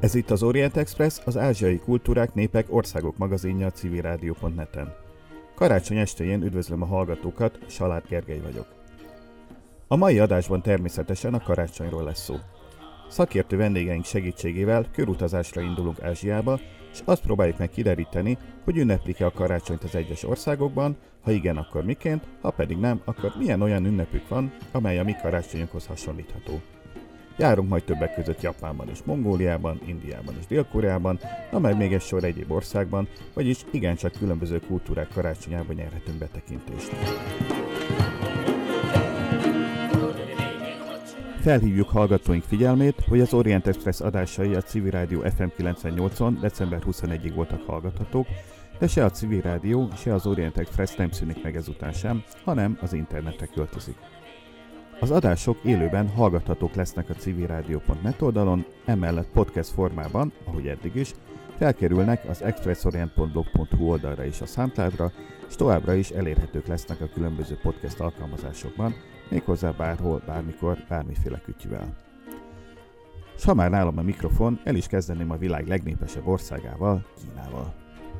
Ez itt az Orient Express, az ázsiai kultúrák, népek, országok magazinja a civilrádió.net-en. Karácsony estéjén üdvözlöm a hallgatókat, Salád Gergely vagyok. A mai adásban természetesen a karácsonyról lesz szó. Szakértő vendégeink segítségével körutazásra indulunk Ázsiába, és azt próbáljuk meg kideríteni, hogy ünneplik-e a karácsonyt az egyes országokban, ha igen, akkor miként, ha pedig nem, akkor milyen olyan ünnepük van, amely a mi karácsonyunkhoz hasonlítható. Járunk majd többek között Japánban és Mongóliában, Indiában és Dél-Koreában, amely még egy sor egyéb országban, vagyis igencsak különböző kultúrák karácsonyában nyerhetünk betekintést. Felhívjuk hallgatóink figyelmét, hogy az Orient Express adásai a Civil Rádió FM 98-on december 21-ig voltak hallgathatók, de se a Civil Rádió, se az Orient Express nem szűnik meg ezután sem, hanem az internetre költözik. Az adások élőben hallgathatók lesznek a civilradio.net oldalon, emellett podcast formában, ahogy eddig is, felkerülnek az expressorient.blog.hu oldalra és a SoundCloudra, és továbbra is elérhetők lesznek a különböző podcast alkalmazásokban, méghozzá bárhol, bármikor, bármiféle kütyüvel. S ha már nálam a mikrofon, el is kezdeném a világ legnépesebb országával, Kínával.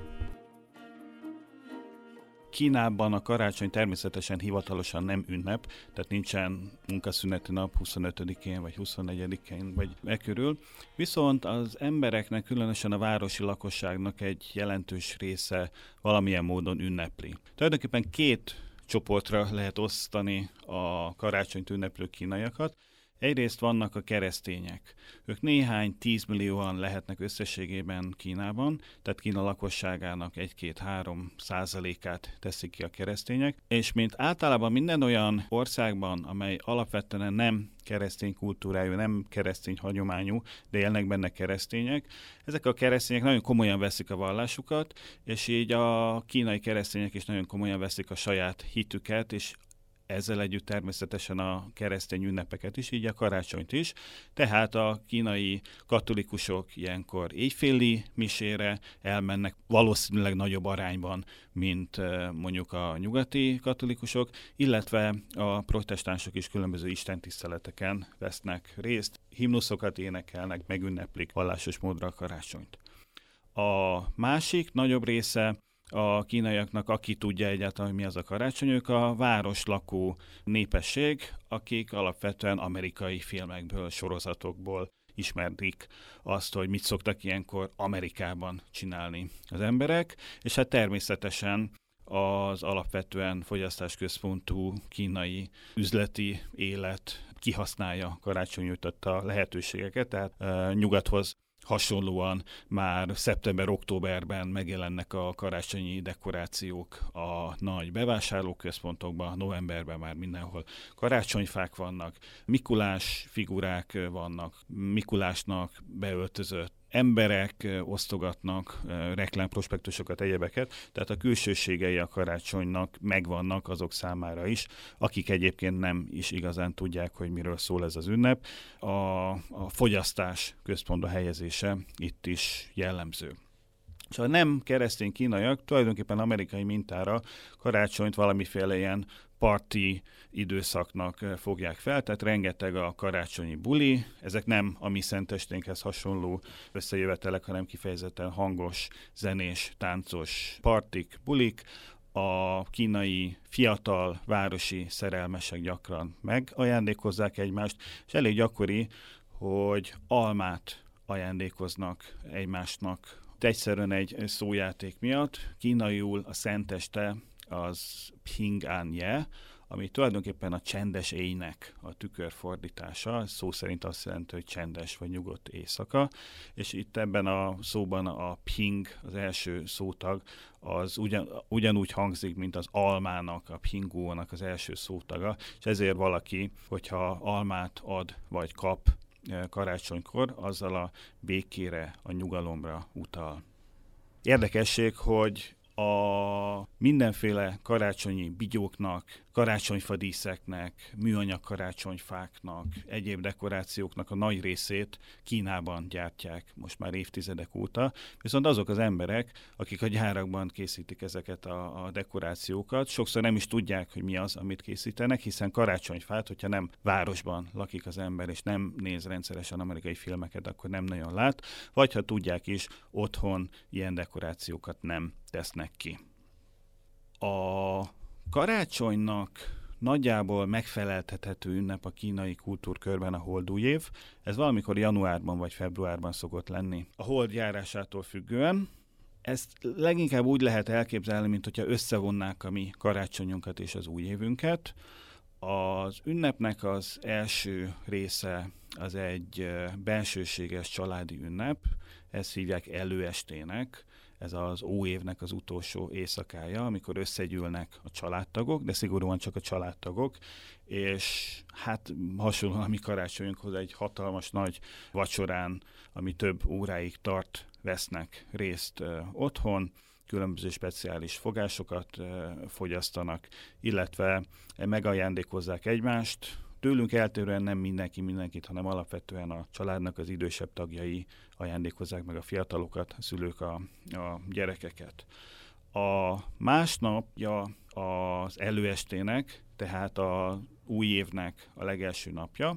Kínában a karácsony természetesen hivatalosan nem ünnep, tehát nincsen munkaszüneti nap 25-én vagy 24-én vagy körül. Viszont az embereknek, különösen a városi lakosságnak egy jelentős része valamilyen módon ünnepli. Tulajdonképpen két csoportra lehet osztani a karácsonyt ünneplő kínaiakat. Egyrészt vannak a keresztények. Ők néhány 10 millióan lehetnek összességében Kínában, tehát Kína lakosságának 1-2-3% teszik ki a keresztények, és mint általában minden olyan országban, amely alapvetően nem keresztény kultúrájú, nem keresztény hagyományú, de élnek benne keresztények, ezek a keresztények nagyon komolyan veszik a vallásukat, és így a kínai keresztények is nagyon komolyan veszik a saját hitüket, és ezzel együtt természetesen a keresztény ünnepeket is, így a karácsonyt is. Tehát a kínai katolikusok ilyenkor éjféli misére elmennek valószínűleg nagyobb arányban, mint mondjuk a nyugati katolikusok, illetve a protestánsok is különböző istentiszteleteken vesznek részt, himnuszokat énekelnek, megünneplik vallásos módra a karácsonyt. A másik nagyobb része a kínaiaknak, aki tudja egyáltalán, hogy mi az a karácsony, ők a városlakó népesség, akik alapvetően amerikai filmekből, sorozatokból ismerik azt, hogy mit szoktak ilyenkor Amerikában csinálni az emberek, és hát természetesen az alapvetően fogyasztásközpontú kínai üzleti élet kihasználja karácsony nyújtotta lehetőségeket, tehát nyugathoz hasonlóan már szeptember-októberben megjelennek a karácsonyi dekorációk a nagy bevásárlóközpontokban, novemberben már mindenhol karácsonyfák vannak, Mikulás figurák vannak, Mikulásnak beöltözött emberek osztogatnak reklámprospektusokat, egyebeket, tehát a külsőségei a karácsonynak megvannak azok számára is, akik egyébként nem is igazán tudják, hogy miről szól ez az ünnep. A fogyasztás központba helyezése itt is jellemző. És a nem keresztény kínaiak tulajdonképpen amerikai mintára karácsonyt valamiféle ilyen parti időszaknak fogják fel, tehát rengeteg a karácsonyi buli, ezek nem a mi szentesténkhez hasonló összejövetelek, hanem kifejezetten hangos, zenés, táncos partik, bulik. A kínai fiatal városi szerelmesek gyakran megajándékozzák egymást, és elég gyakori, hogy almát ajándékoznak egymásnak. Egyszerűen egy szójáték miatt kínaiul a szenteste az Ping An Ye, ami tulajdonképpen a csendes éjnek a tükörfordítása, szó szerint azt jelenti, hogy csendes vagy nyugodt éjszaka, és itt ebben a szóban a ping, az első szótag, az ugyanúgy hangzik, mint az almának, a pingónak az első szótaga, és ezért valaki, hogyha almát ad vagy kap karácsonykor, azzal a békére, a nyugalomra utal. Érdekesség, hogy A mindenféle karácsonyi bigyóknak, karácsonyfadíszeknek, műanyag karácsonyfáknak, egyéb dekorációknak a nagy részét Kínában gyártják most már évtizedek óta, viszont azok az emberek, akik a gyárakban készítik ezeket a dekorációkat, sokszor nem is tudják, hogy mi az, amit készítenek, hiszen karácsonyfát, hogyha nem városban lakik az ember, és nem néz rendszeresen amerikai filmeket, akkor nem nagyon lát, vagy ha tudják is, otthon ilyen dekorációkat nem tesznek ki. A karácsonynak nagyjából megfeleltethető ünnep a kínai kultúrkörben a holdúj év. Ez valamikor januárban vagy februárban szokott lenni. A hold járásától függően. Ezt leginkább úgy lehet elképzelni, mint hogyha összevonnák a mi karácsonyunkat és az új évünket. Az ünnepnek az első része az egy bensőséges családi ünnep, ezt hívják előestének. Ez az óévnek az utolsó éjszakája, amikor összegyűlnek a családtagok, de szigorúan csak a családtagok, és hát hasonlóan a mi karácsonyunkhoz egy hatalmas nagy vacsorán, ami több óráig tart, vesznek részt otthon, különböző speciális fogásokat fogyasztanak, illetve megajándékozzák egymást. Tőlünk eltérően nem mindenkit, hanem alapvetően a családnak az idősebb tagjai ajándékozzák meg a fiatalokat, a szülők a gyerekeket. A másnapja az előestének, tehát az új évnek a legelső napja,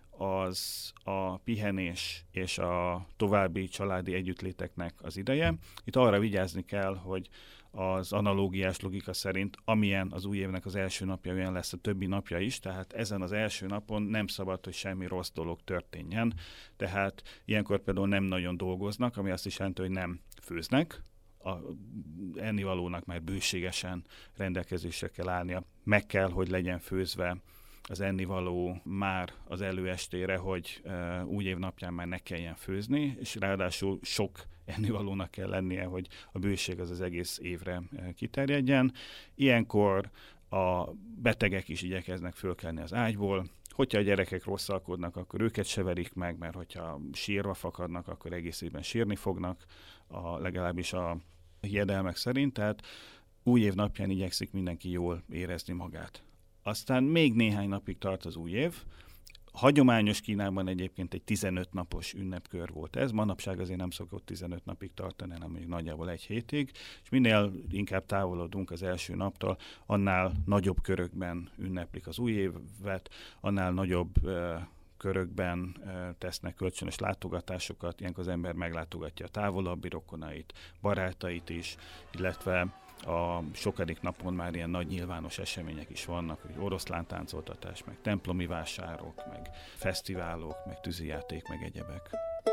az a pihenés és a további családi együttléteknek az ideje. Itt arra vigyázni kell, hogy az analógiás logika szerint, amilyen az új évnek az első napja, olyan lesz a többi napja is, tehát ezen az első napon nem szabad, hogy semmi rossz dolog történjen. Tehát ilyenkor például nem nagyon dolgoznak, ami azt is jelenti, hogy nem főznek, a ennivalónak már bőségesen rendelkezésre kell állnia, meg kell, hogy legyen főzve az ennivaló már az előestére, hogy új év napján már ne kelljen főzni, és ráadásul sok ennivalónak kell lennie, hogy a bőség az egész évre kiterjedjen. Ilyenkor a betegek is igyekeznek fölkelni az ágyból. Hogyha a gyerekek rosszalkodnak, akkor őket se verik meg, mert hogyha sírva fakadnak, akkor egész évben sírni fognak, legalábbis a hiedelmek szerint. Tehát új év napján igyekszik mindenki jól érezni magát. Aztán még néhány napig tart az új év. Hagyományos Kínában egyébként egy 15 napos ünnepkör volt ez, manapság azért nem szokott 15 napig tartani, hanem még nagyjából egy hétig, és minél inkább távolodunk az első naptól, annál nagyobb körökben ünneplik az új évet, annál nagyobb körökben tesznek kölcsönös látogatásokat, ilyenkor az ember meglátogatja a távolabbi rokonait, barátait is, illetve a sokadik napon már ilyen nagy nyilvános események is vannak, hogy oroszlántáncoltatás, meg templomi vásárok, meg fesztiválok, meg tűzijáték, meg egyebek.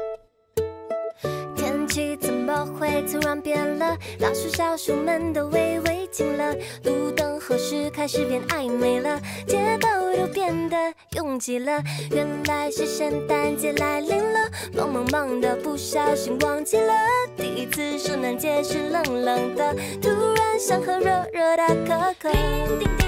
天气怎么会突然变了？老鼠小鼠们都微微惊了，路灯何时开始变暧昧了？街道都变得拥挤了，原来是圣诞节来临了。忙忙忙的不小心忘记了，第一次圣诞节是冷冷的，突然想喝热热的可可。叮叮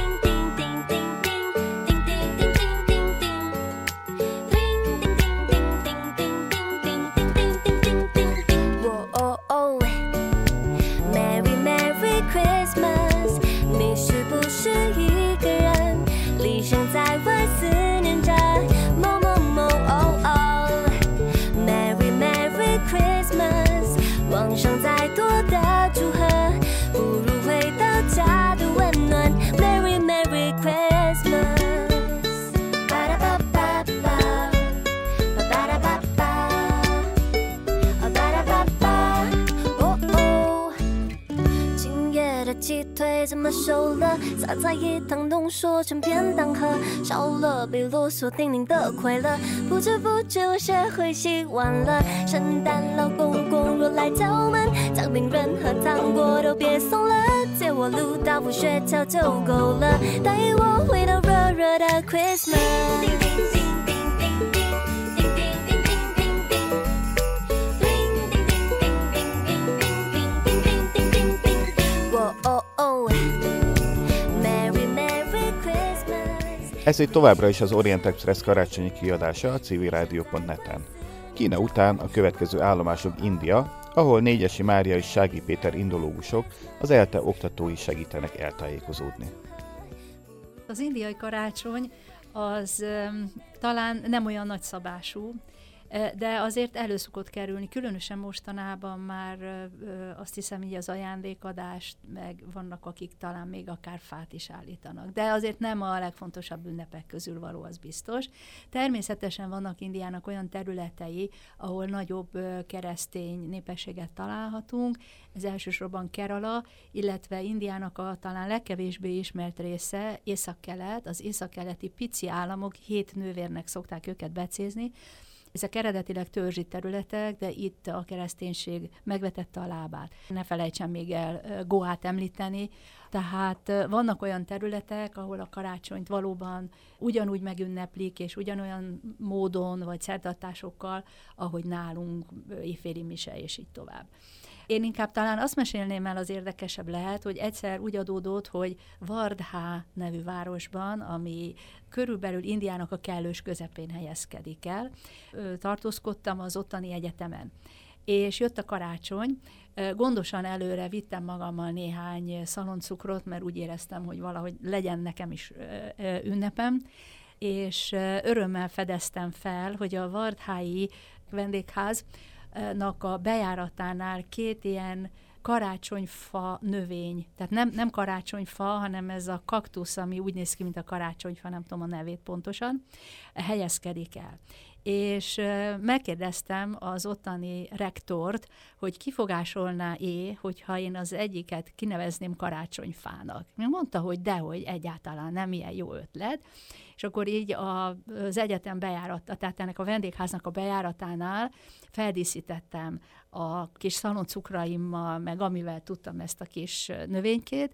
鸡腿怎么熟了？撒在一汤浓缩成便当盒，少了被啰嗦叮咛的快乐。不知不觉我学会洗碗了。圣诞老公公若来敲门，奖饼人和糖果都别送了，借我鲁道夫雪橇就够了，带我回到热热的 Christmas。Ez itt továbbra is az Orient Express karácsonyi kiadása a civilradio.net-en. Kína után a következő állomások India, ahol Négyesi Mária és Sági Péter indológusok, az ELTE oktatói segítenek eltájékozódni. Az indiai karácsony az talán nem olyan nagyszabású, de azért elő szokott kerülni, különösen mostanában már azt hiszem, hogy az ajándékadást, meg vannak, akik talán még akár fát is állítanak. De azért nem a legfontosabb ünnepek közül való, az biztos. Természetesen vannak Indiának olyan területei, ahol nagyobb keresztény népességet találhatunk. Ez elsősorban Kerala, illetve Indiának a talán legkevésbé ismert része északkelet, az északkeleti pici államok, 7 nővérnek szokták őket becézni. Ezek eredetileg törzsi területek, de itt a kereszténység megvetette a lábát. Ne felejtsen még el Goát említeni, tehát vannak olyan területek, ahol a karácsonyt valóban ugyanúgy megünneplik, és ugyanolyan módon vagy szertartásokkal, ahogy nálunk éjféli mise, és így tovább. Én inkább talán azt mesélném el, az érdekesebb lehet, hogy egyszer úgy adódott, hogy Vardhá nevű városban, ami körülbelül Indiának a kellős közepén helyezkedik el, tartózkodtam az ottani egyetemen. És jött a karácsony, gondosan előre vittem magammal néhány szaloncukrot, mert úgy éreztem, hogy valahogy legyen nekem is ünnepem, és örömmel fedeztem fel, hogy a vardhái vendégháznak a bejáratánál 2 ilyen karácsonyfa növény, tehát nem karácsonyfa, hanem ez a kaktusz, ami úgy néz ki, mint a karácsonyfa, nem tudom a nevét pontosan, helyezkedik el. És megkérdeztem az ottani rektort, hogy kifogásolná-e, hogyha én az egyiket kinevezném karácsonyfának. Mondta, hogy dehogy, egyáltalán nem ilyen jó ötlet. És akkor így az egyetem bejárata, tehát ennek a vendégháznak a bejáratánál feldíszítettem a kis szaloncukraimmal, meg amivel tudtam ezt a kis növénykét,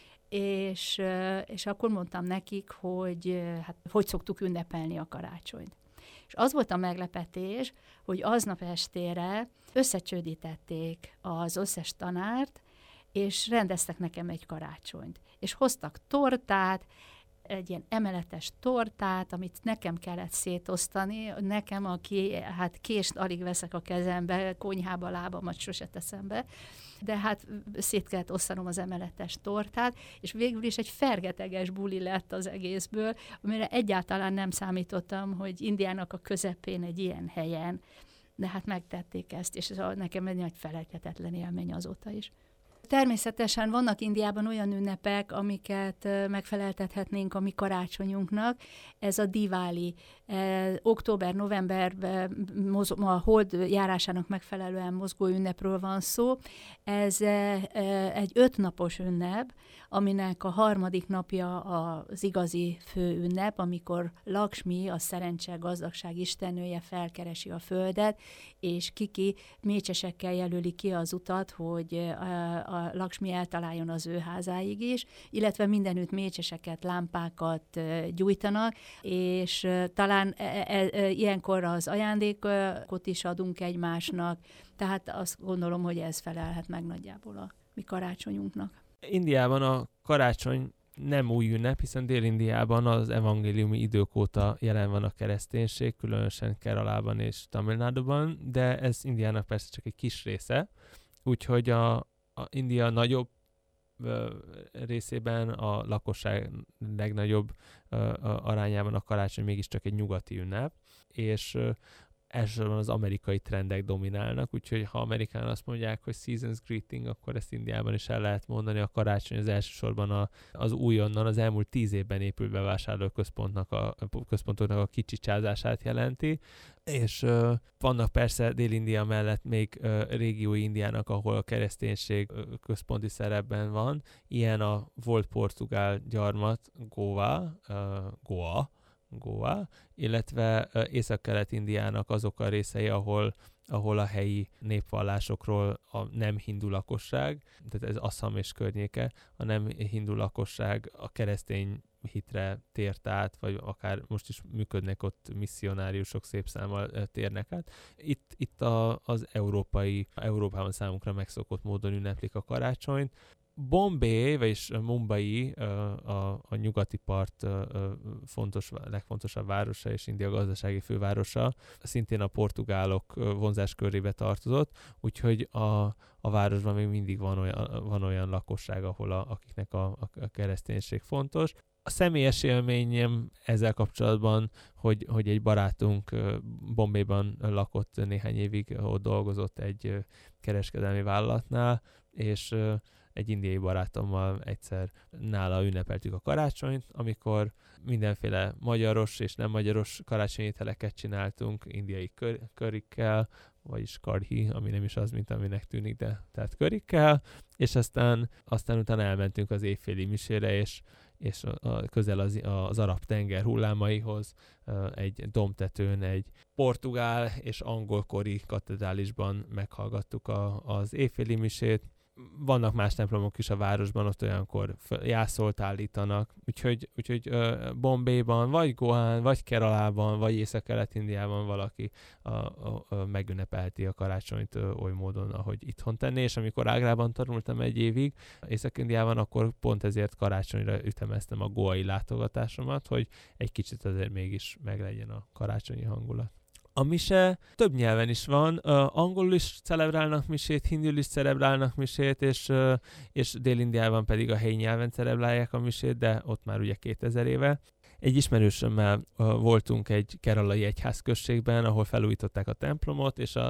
és akkor mondtam nekik, hogy hát hogy szoktuk ünnepelni a karácsonyt. És az volt a meglepetés, hogy aznap estére összecsődítették az összes tanárt, és rendeztek nekem egy karácsonyt. És hoztak tortát, egy ilyen emeletes tortát, amit nekem kellett szétosztani, nekem, aki hát kést alig veszek a kezembe, konyhába lábamat sose teszem be, de hát szét kellett osztanom az emeletes tortát, és végül is egy fergeteges buli lett az egészből, amire egyáltalán nem számítottam, hogy Indiának a közepén egy ilyen helyen, de hát megtették ezt, és ez nekem egy nagy felejthetetlen élmény azóta is. Természetesen vannak Indiában olyan ünnepek, amiket megfeleltethetnénk a mi karácsonyunknak. Ez a Diwali. Október-novemberben a hold járásának megfelelően mozgó ünnepről van szó. Ez egy 5 napos ünnep, aminek a 3. napja az igazi fő ünnep, amikor Lakshmi, a szerencse, gazdagság istennője felkeresi a földet, és Kiki mécsesekkel jelöli ki az utat, hogy a Lakshmi eltaláljon az ő házáig is, illetve mindenütt mécseseket, lámpákat gyújtanak, és talán ilyenkor az ajándékot is adunk egymásnak, tehát azt gondolom, hogy ez felelhet meg nagyjából a mi karácsonyunknak. Indiában a karácsony nem új ünnep, hiszen Dél-Indiában az evangéliumi idők óta jelen van a kereszténység, különösen Keralában és Tamil Naduban, de ez Indiának persze csak egy kis része, úgyhogy a India nagyobb részében a lakosság legnagyobb arányában a karácsony mégiscsak egy nyugati ünnep, és elsősorban az amerikai trendek dominálnak, úgyhogy ha Amerikán azt mondják, hogy season's greeting, akkor ezt Indiában is el lehet mondani. A karácsony az elsősorban az újonnan, az elmúlt 10 évben épült bevásárlóközpontoknak a kicsicsázását jelenti, és vannak persze Dél-India mellett még régiói Indiának, ahol a kereszténység központi szerepben van. Ilyen a volt portugál gyarmat Goa, illetve Észak-Kelet-Indiának azok a részei, ahol a helyi népvallásokról a nem hindu lakosság, tehát ez Asszam és környéke, a nem hindu lakosság a keresztény hitre tért át, vagy akár most is működnek ott misszionáriusok, szép számmal térnek át. Itt az Európában számunkra megszokott módon ünneplik a karácsonyt. Bombay, vagyis Mumbai, a nyugati part legfontosabb városa és India gazdasági fővárosa, szintén a portugálok vonzáskörébe tartozott, úgyhogy a városban még mindig van olyan lakosság, ahol akiknek a kereszténység fontos. A személyes élményem ezzel kapcsolatban, hogy egy barátunk Bombayban lakott néhány évig, ott dolgozott egy kereskedelmi vállalatnál, és egy indiai barátommal egyszer nála ünnepeltük a karácsonyt, amikor mindenféle magyaros és nem magyaros karácsonyi ételeket csináltunk, indiai körikkel, vagyis karhi, ami nem is az, mint aminek tűnik, de tehát körikkel, és aztán utána elmentünk az éjféli misére, és közel az Arab-tenger hullámaihoz egy dombtetőn, egy portugál és angolkori katedrálisban meghallgattuk az éjféli misét. Vannak más templomok is a városban, ott olyankor jászolt állítanak, úgyhogy Bombayban, vagy Goán, vagy Keralában, vagy Észak-Kelet-Indiában valaki megünnepelti a karácsonyt oly módon, ahogy itthon tenné, és amikor Ágrában tanultam egy évig Észak-Indiában, akkor pont ezért karácsonyra ütemeztem a goai látogatásomat, hogy egy kicsit azért mégis meglegyen a karácsonyi hangulat. A mise több nyelven is van, angolul is celebrálnak misét, hindul is celebrálnak misét, és Dél-Indiában pedig a helyi nyelven celebrálják a misét, de ott már ugye 2000 éve. Egy ismerősömmel voltunk egy keralai egyházközségben, ahol felújították a templomot, és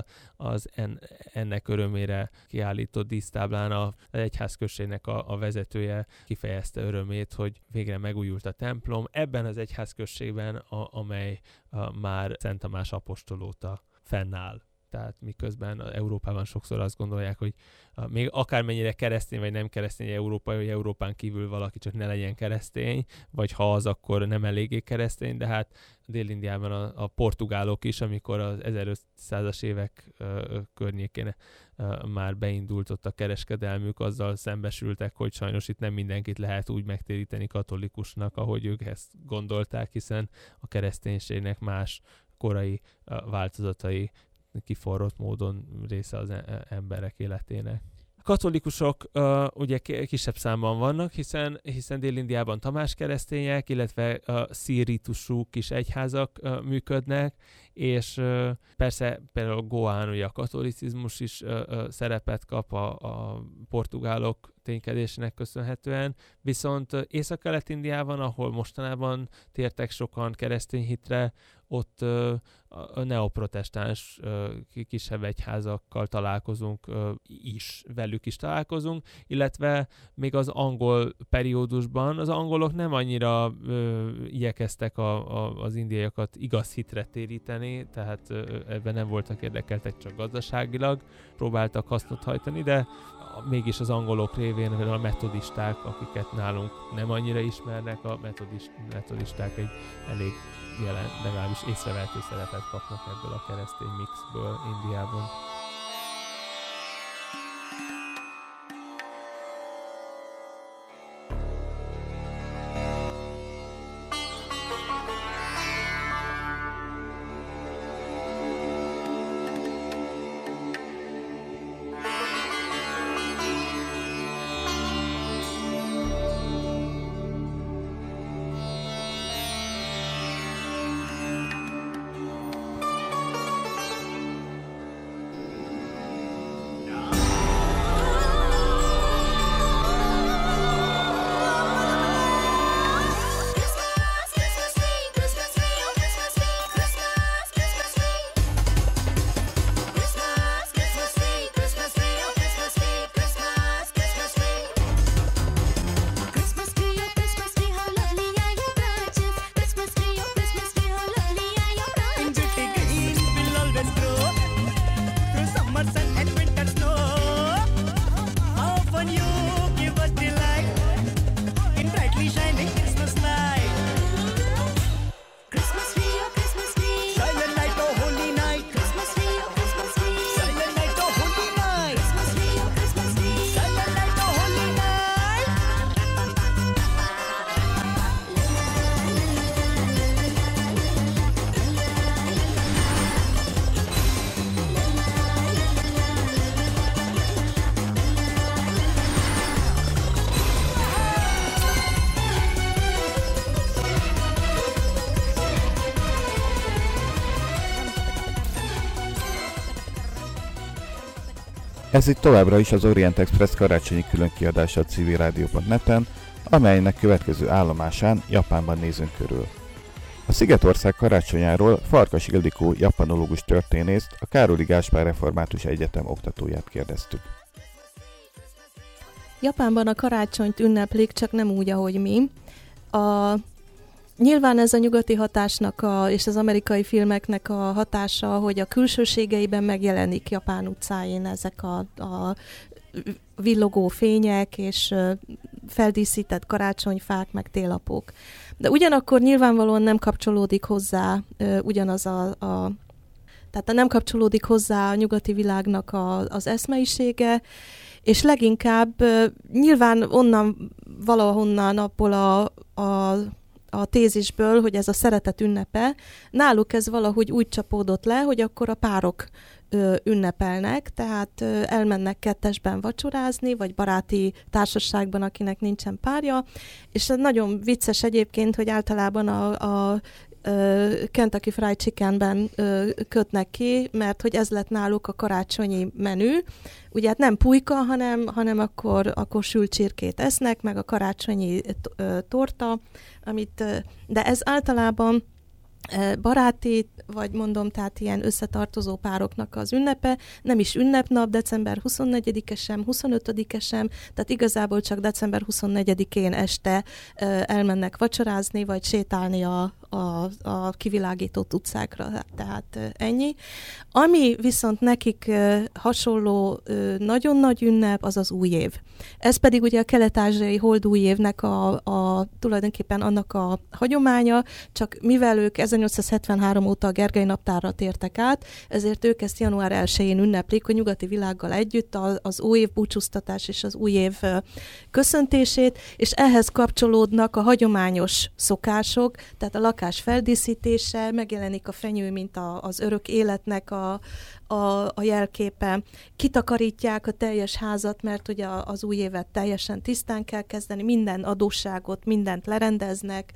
ennek örömére kiállított dísztáblán az egyházközségnek a vezetője kifejezte örömét, hogy végre megújult a templom. Ebben az egyházközségben, amely már Szent Tamás apostol óta fennáll. Tehát miközben Európában sokszor azt gondolják, hogy még akármennyire keresztény vagy nem keresztény európai, hogy Európán kívül valaki csak ne legyen keresztény, vagy ha az, akkor nem eléggé keresztény, de hát Dél-Indiában a portugálok is, amikor az 1500-as évek környékén már beindult ott a kereskedelmük, azzal szembesültek, hogy sajnos itt nem mindenkit lehet úgy megtéríteni katolikusnak, ahogy ők ezt gondolták, hiszen a kereszténységnek más korai változatai kiforrott módon része az emberek életének. A katolikusok ugye kisebb számban vannak, hiszen Dél-Indiában tamás keresztények, illetve szíritusú kis egyházak működnek, és persze például Goán ugye a katolicizmus is szerepet kap a portugálok ténykedésének köszönhetően, viszont Észak-Kelet-Indiában, ahol mostanában tértek sokan keresztény hitre, ott a neoprotestáns kisebb egyházakkal találkozunk is, velük is találkozunk, illetve még az angol periódusban az angolok nem annyira igyekeztek az indiaiakat igaz hitre téríteni, tehát ebben nem voltak érdekeltek, csak gazdaságilag próbáltak hasznot hajtani, de mégis az angolok révén, például a metodisták, akiket nálunk nem annyira ismernek, a metodisták egy elég legalábbis észrevehető szerepet kapnak ebből a keresztény mixből Indiában. Ez itt továbbra is az Orient Express karácsonyi különkiadása a civilrádió.net-en, amelynek következő állomásán Japánban nézünk körül. A Szigetország karácsonyáról Farkas Ildikó japanológus történészt, a Károli Gáspár Református Egyetem oktatóját kérdeztük. Japánban a karácsonyt ünneplik, csak nem úgy, ahogy mi. Nyilván ez a nyugati hatásnak és az amerikai filmeknek a hatása, hogy a külsőségeiben megjelenik Japán utcáin ezek a villogó fények és feldíszített karácsonyfák, meg télapok. De ugyanakkor nyilvánvalóan nem kapcsolódik hozzá tehát nem kapcsolódik hozzá a nyugati világnak az eszmeisége, és leginkább nyilván valahonnan abból a tézisből, hogy ez a szeretet ünnepe, náluk ez valahogy úgy csapódott le, hogy akkor a párok ünnepelnek, tehát elmennek kettesben vacsorázni, vagy baráti társaságban, akinek nincsen párja, és nagyon vicces egyébként, hogy általában a Kentucky Fried Chickenben kötnek ki, mert hogy ez lett náluk a karácsonyi menü. Ugye hát nem pulyka, hanem akkor sült csirkét esznek, meg a karácsonyi torta, de ez általában baráti, vagy mondom, tehát ilyen összetartozó pároknak az ünnepe, nem is ünnepnap, december 24-e sem, 25-e sem, tehát igazából csak december 24-én este elmennek vacsorázni, vagy sétálni a kivilágított utcákra, tehát ennyi. Ami viszont nekik hasonló nagyon nagy ünnep, az az új év. Ez pedig ugye a kelet-ázsiai holdúj évnek tulajdonképpen annak a hagyománya, csak mivel ők 1873 óta a Gergely naptárra tértek át, ezért ők ezt január 1-én ünneplik a nyugati világgal együtt, az új év búcsúztatás és az új év köszöntését, és ehhez kapcsolódnak a hagyományos szokások, tehát a lakás feldíszítése, megjelenik a fenyő, mint az örök életnek a jelképe. Kitakarítják a teljes házat, mert ugye az új évet teljesen tisztán kell kezdeni, minden adósságot, mindent lerendeznek.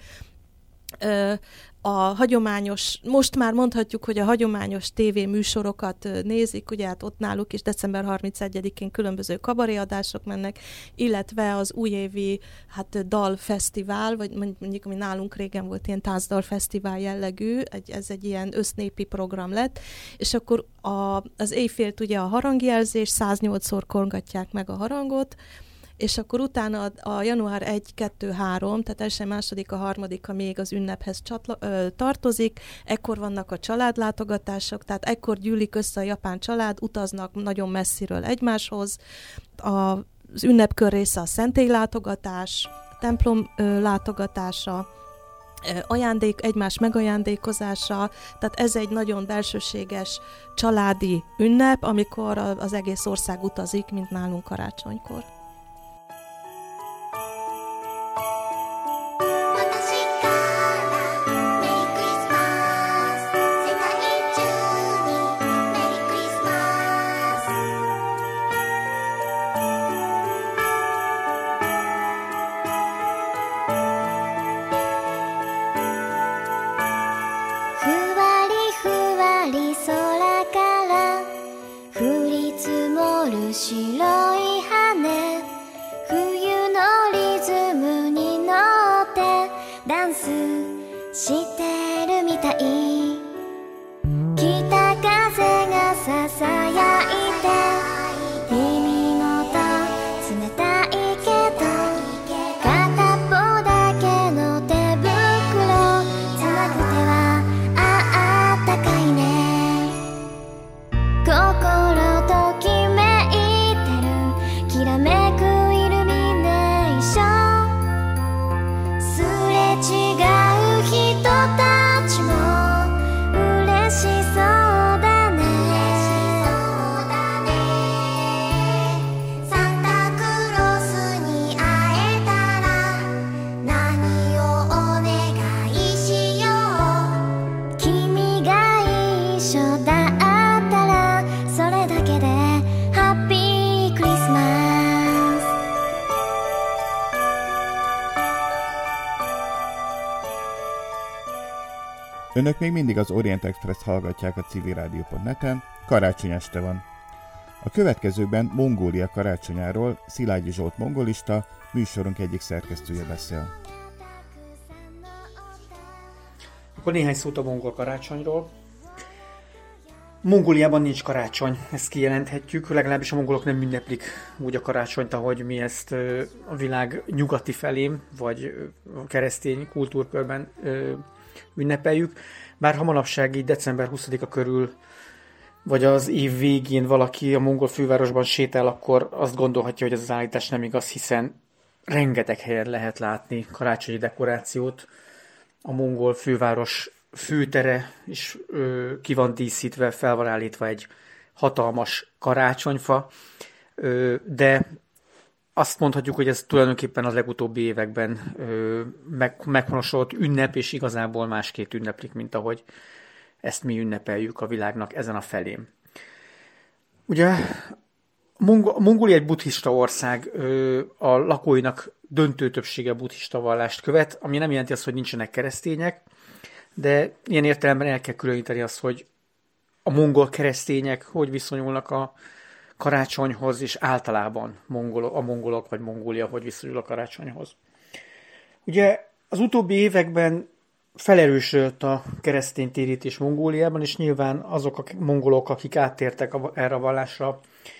A hagyományos, most már mondhatjuk, hogy a hagyományos tévéműsorokat nézik, ugye hát ott náluk is december 31-én különböző kabaréadások mennek, illetve az újévi dalfesztivál, vagy mondjuk, ami nálunk régen volt ilyen tánzdalfesztivál jellegű, ez egy ilyen össznépi program lett, és akkor az éjfélt ugye a harangjelzés, 108-szor kongatják meg a harangot, és akkor utána a január 1, 2, 3, tehát első, második, a harmadika még az ünnephez tartozik, ekkor vannak a családlátogatások, tehát ekkor gyűlik össze a japán család, utaznak nagyon messziről egymáshoz, az ünnepkör része a szentélylátogatás, templom látogatása, egymás megajándékozása, tehát ez egy nagyon belsőséges családi ünnep, amikor az egész ország utazik, mint nálunk karácsonykor. Önök még mindig az Orient Express hallgatják a civilrádió.net-en, karácsony este van. A következőkben Mongólia karácsonyáról Szilágyi Zsolt mongolista, műsorunk egyik szerkesztője beszél. Akkor néhány szót a mongol karácsonyról. Mongóliában nincs karácsony, ezt kijelenthetjük, legalábbis a mongolok nem ünneplik úgy a karácsonyt, ahogy mi ezt a világ nyugati felén, vagy a keresztény kultúrkörben ünnepeljük. Bár ha manapság így december 20-a körül, vagy az év végén valaki a mongol fővárosban sétál, akkor azt gondolhatja, hogy ez az állítás nem igaz, hiszen rengeteg helyen lehet látni karácsonyi dekorációt. A mongol főváros főtere is ki van díszítve, fel van állítva egy hatalmas karácsonyfa, de azt mondhatjuk, hogy ez tulajdonképpen az legutóbbi években meghonosodott ünnep, és igazából másképp ünneplik, mint ahogy ezt mi ünnepeljük a világnak ezen a felén. Ugye Mongólia egy buddhista ország, a lakóinak döntő többsége buddhista vallást követ, ami nem jelenti azt, hogy nincsenek keresztények, de ilyen értelemben el kell különíteni azt, hogy a mongol keresztények hogy viszonyulnak a karácsonyhoz, és általában a mongolok vagy Mongólia hogy viszonyul a karácsonyhoz. Ugye az utóbbi években felerősödött a keresztény térítés Mongóliában, és nyilván azok a mongolok, akik áttértek erre a vallásra,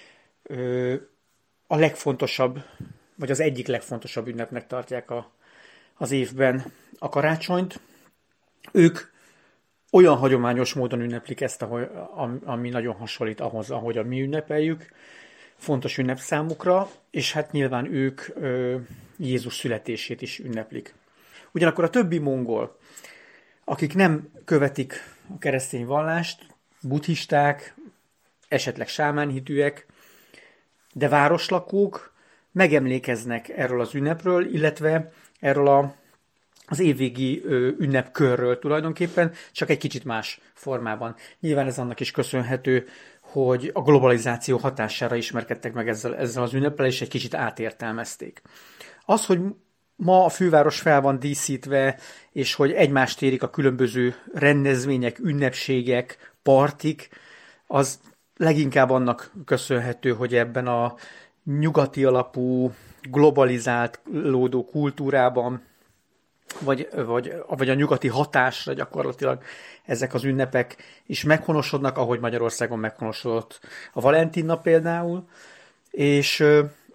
a legfontosabb, vagy az egyik legfontosabb ünnepnek tartják az évben a karácsonyt. Ők olyan hagyományos módon ünneplik ezt, ami nagyon hasonlít ahhoz, ahogyan mi ünnepeljük. Fontos ünnep számukra, és hát nyilván ők Jézus születését is ünneplik. Ugyanakkor a többi mongol, akik nem követik a keresztény vallást, buddhisták, esetleg sámánhitűek, de városlakók megemlékeznek erről az ünnepről, illetve erről az évvégi ünnepkörről tulajdonképpen, csak egy kicsit más formában. Nyilván ez annak is köszönhető, hogy a globalizáció hatására ismerkedtek meg ezzel az ünneppel, és egy kicsit átértelmezték. Az, hogy ma a főváros fel van díszítve, és hogy egymást érik a különböző rendezvények, ünnepségek, partik, az leginkább annak köszönhető, hogy ebben a nyugati alapú, globalizálódó kultúrában, vagy a nyugati hatásra gyakorlatilag ezek az ünnepek is meghonosodnak, ahogy Magyarországon meghonosodott a Valentin nap például, és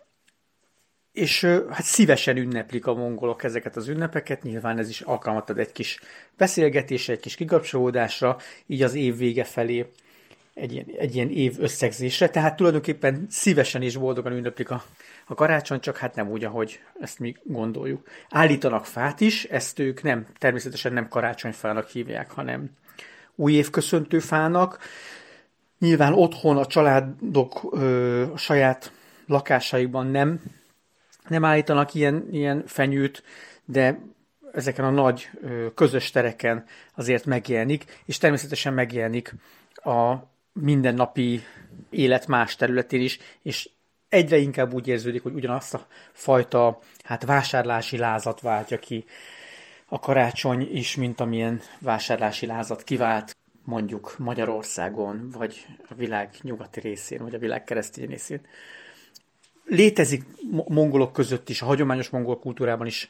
hát szívesen ünneplik a mongolok ezeket az ünnepeket, nyilván ez is alkalmat ad egy kis beszélgetésre, egy kis kikapcsolódásra, így az év vége felé egy ilyen év összegzésre, tehát tulajdonképpen szívesen és boldogan ünneplik a karácsony, csak hát nem úgy, ahogy ezt mi gondoljuk. Állítanak fát is, ezt ők természetesen nem karácsonyfának hívják, hanem újévköszöntő fának. Nyilván otthon a családok a saját lakásaikban nem állítanak ilyen fenyőt, de ezeken a nagy közös tereken azért megjelenik, és természetesen megjelenik a mindennapi élet más területén is, és egyre inkább úgy érződik, hogy ugyanazt a fajta vásárlási lázat váltja ki a karácsony is, mint amilyen vásárlási lázat kivált mondjuk Magyarországon, vagy a világ nyugati részén, vagy a világ keresztény részén. Létezik mongolok között is, a hagyományos mongol kultúrában is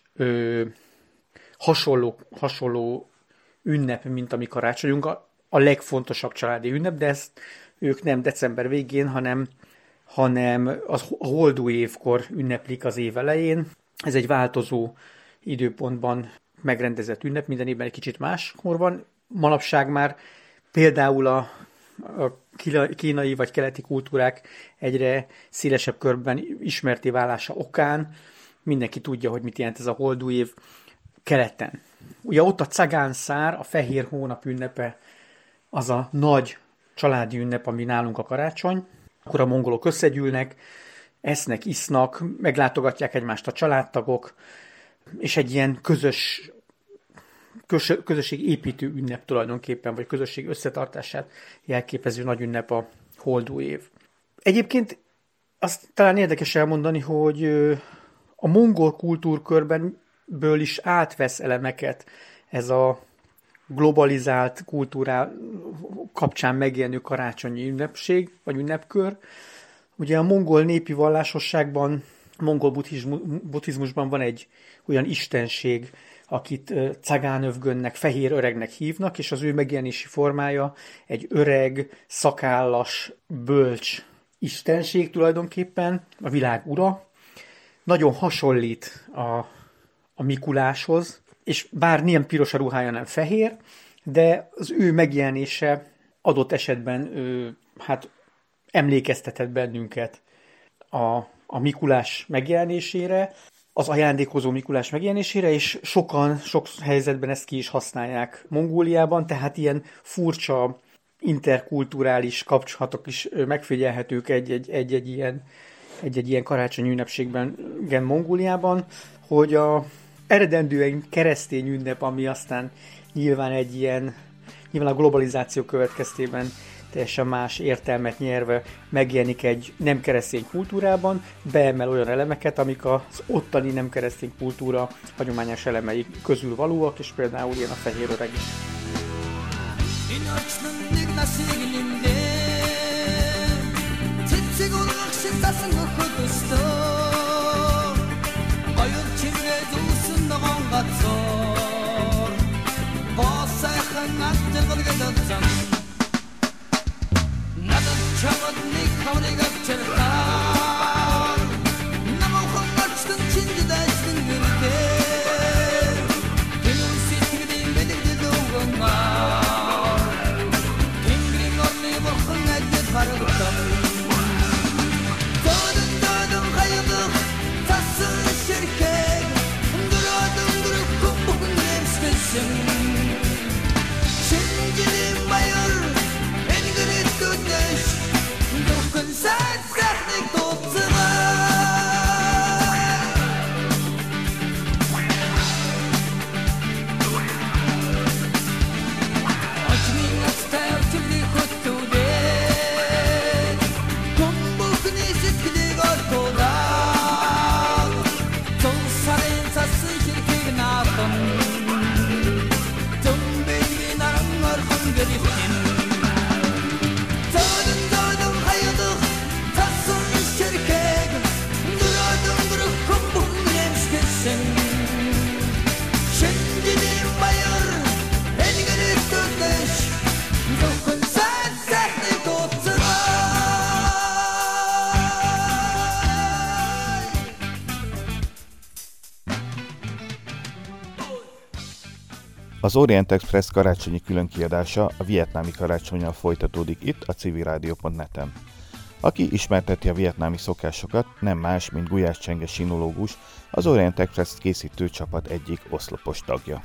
hasonló ünnep, mint a mi karácsonyunk, a legfontosabb családi ünnep, de ezt ők nem december végén, hanem a holdú évkor ünneplik az év elején. Ez egy változó időpontban megrendezett ünnep, minden évben egy kicsit máskor van. Manapság már például a kínai vagy keleti kultúrák egyre szélesebb körben ismerté válása okán mindenki tudja, hogy mit jelent ez a holdú év keleten. Ugye ott a cagánszár, a fehér hónap ünnepe, az a nagy családi ünnep, ami nálunk a karácsony. Akkor a mongolok összegyűlnek, esznek, isznak, meglátogatják egymást a családtagok, és egy ilyen közösségépítő ünnep tulajdonképpen, vagy közösség összetartását jelképező nagy ünnep a holdú év. Egyébként azt talán érdekes elmondani, hogy a mongol kultúrkörből is átvesz elemeket ez a globalizált kultúrá kapcsán megjelenő karácsonyi ünnepség, vagy ünnepkör. Ugye a mongol népi vallásosságban, mongol buddhizmusban van egy olyan istenség, akit Cagánövgönnek, fehér öregnek hívnak, és az ő megjelenési formája egy öreg, szakállas, bölcs istenség tulajdonképpen, a világ ura. Nagyon hasonlít a Mikuláshoz, és bár nem piros a ruhája, nem fehér, de az ő megjelenése adott esetben emlékeztetett bennünket a Mikulás megjelenésére, az ajándékozó Mikulás megjelenésére, és sok helyzetben ezt ki is használják Mongóliában, tehát ilyen furcsa interkulturális kapcsolatok is megfigyelhetők egy ilyen karácsonyi ünnepségben Mongóliában, hogy eredendően keresztény ünnep, ami aztán nyilván a globalizáció következtében teljesen más értelmet nyerve megjelenik egy nem keresztény kultúrában, beemel olyan elemeket, amik az ottani nem keresztény kultúra hagyományos elemei közül valóak, és például ilyen a fehér öreg is. Az Orient Express karácsonyi különkiadása a vietnámi karácsonnyal folytatódik itt a civilradio.net-en. Aki ismerteti a vietnámi szokásokat, nem más, mint Gulyás Csenge sinológus, az Orient Express készítő csapat egyik oszlopos tagja.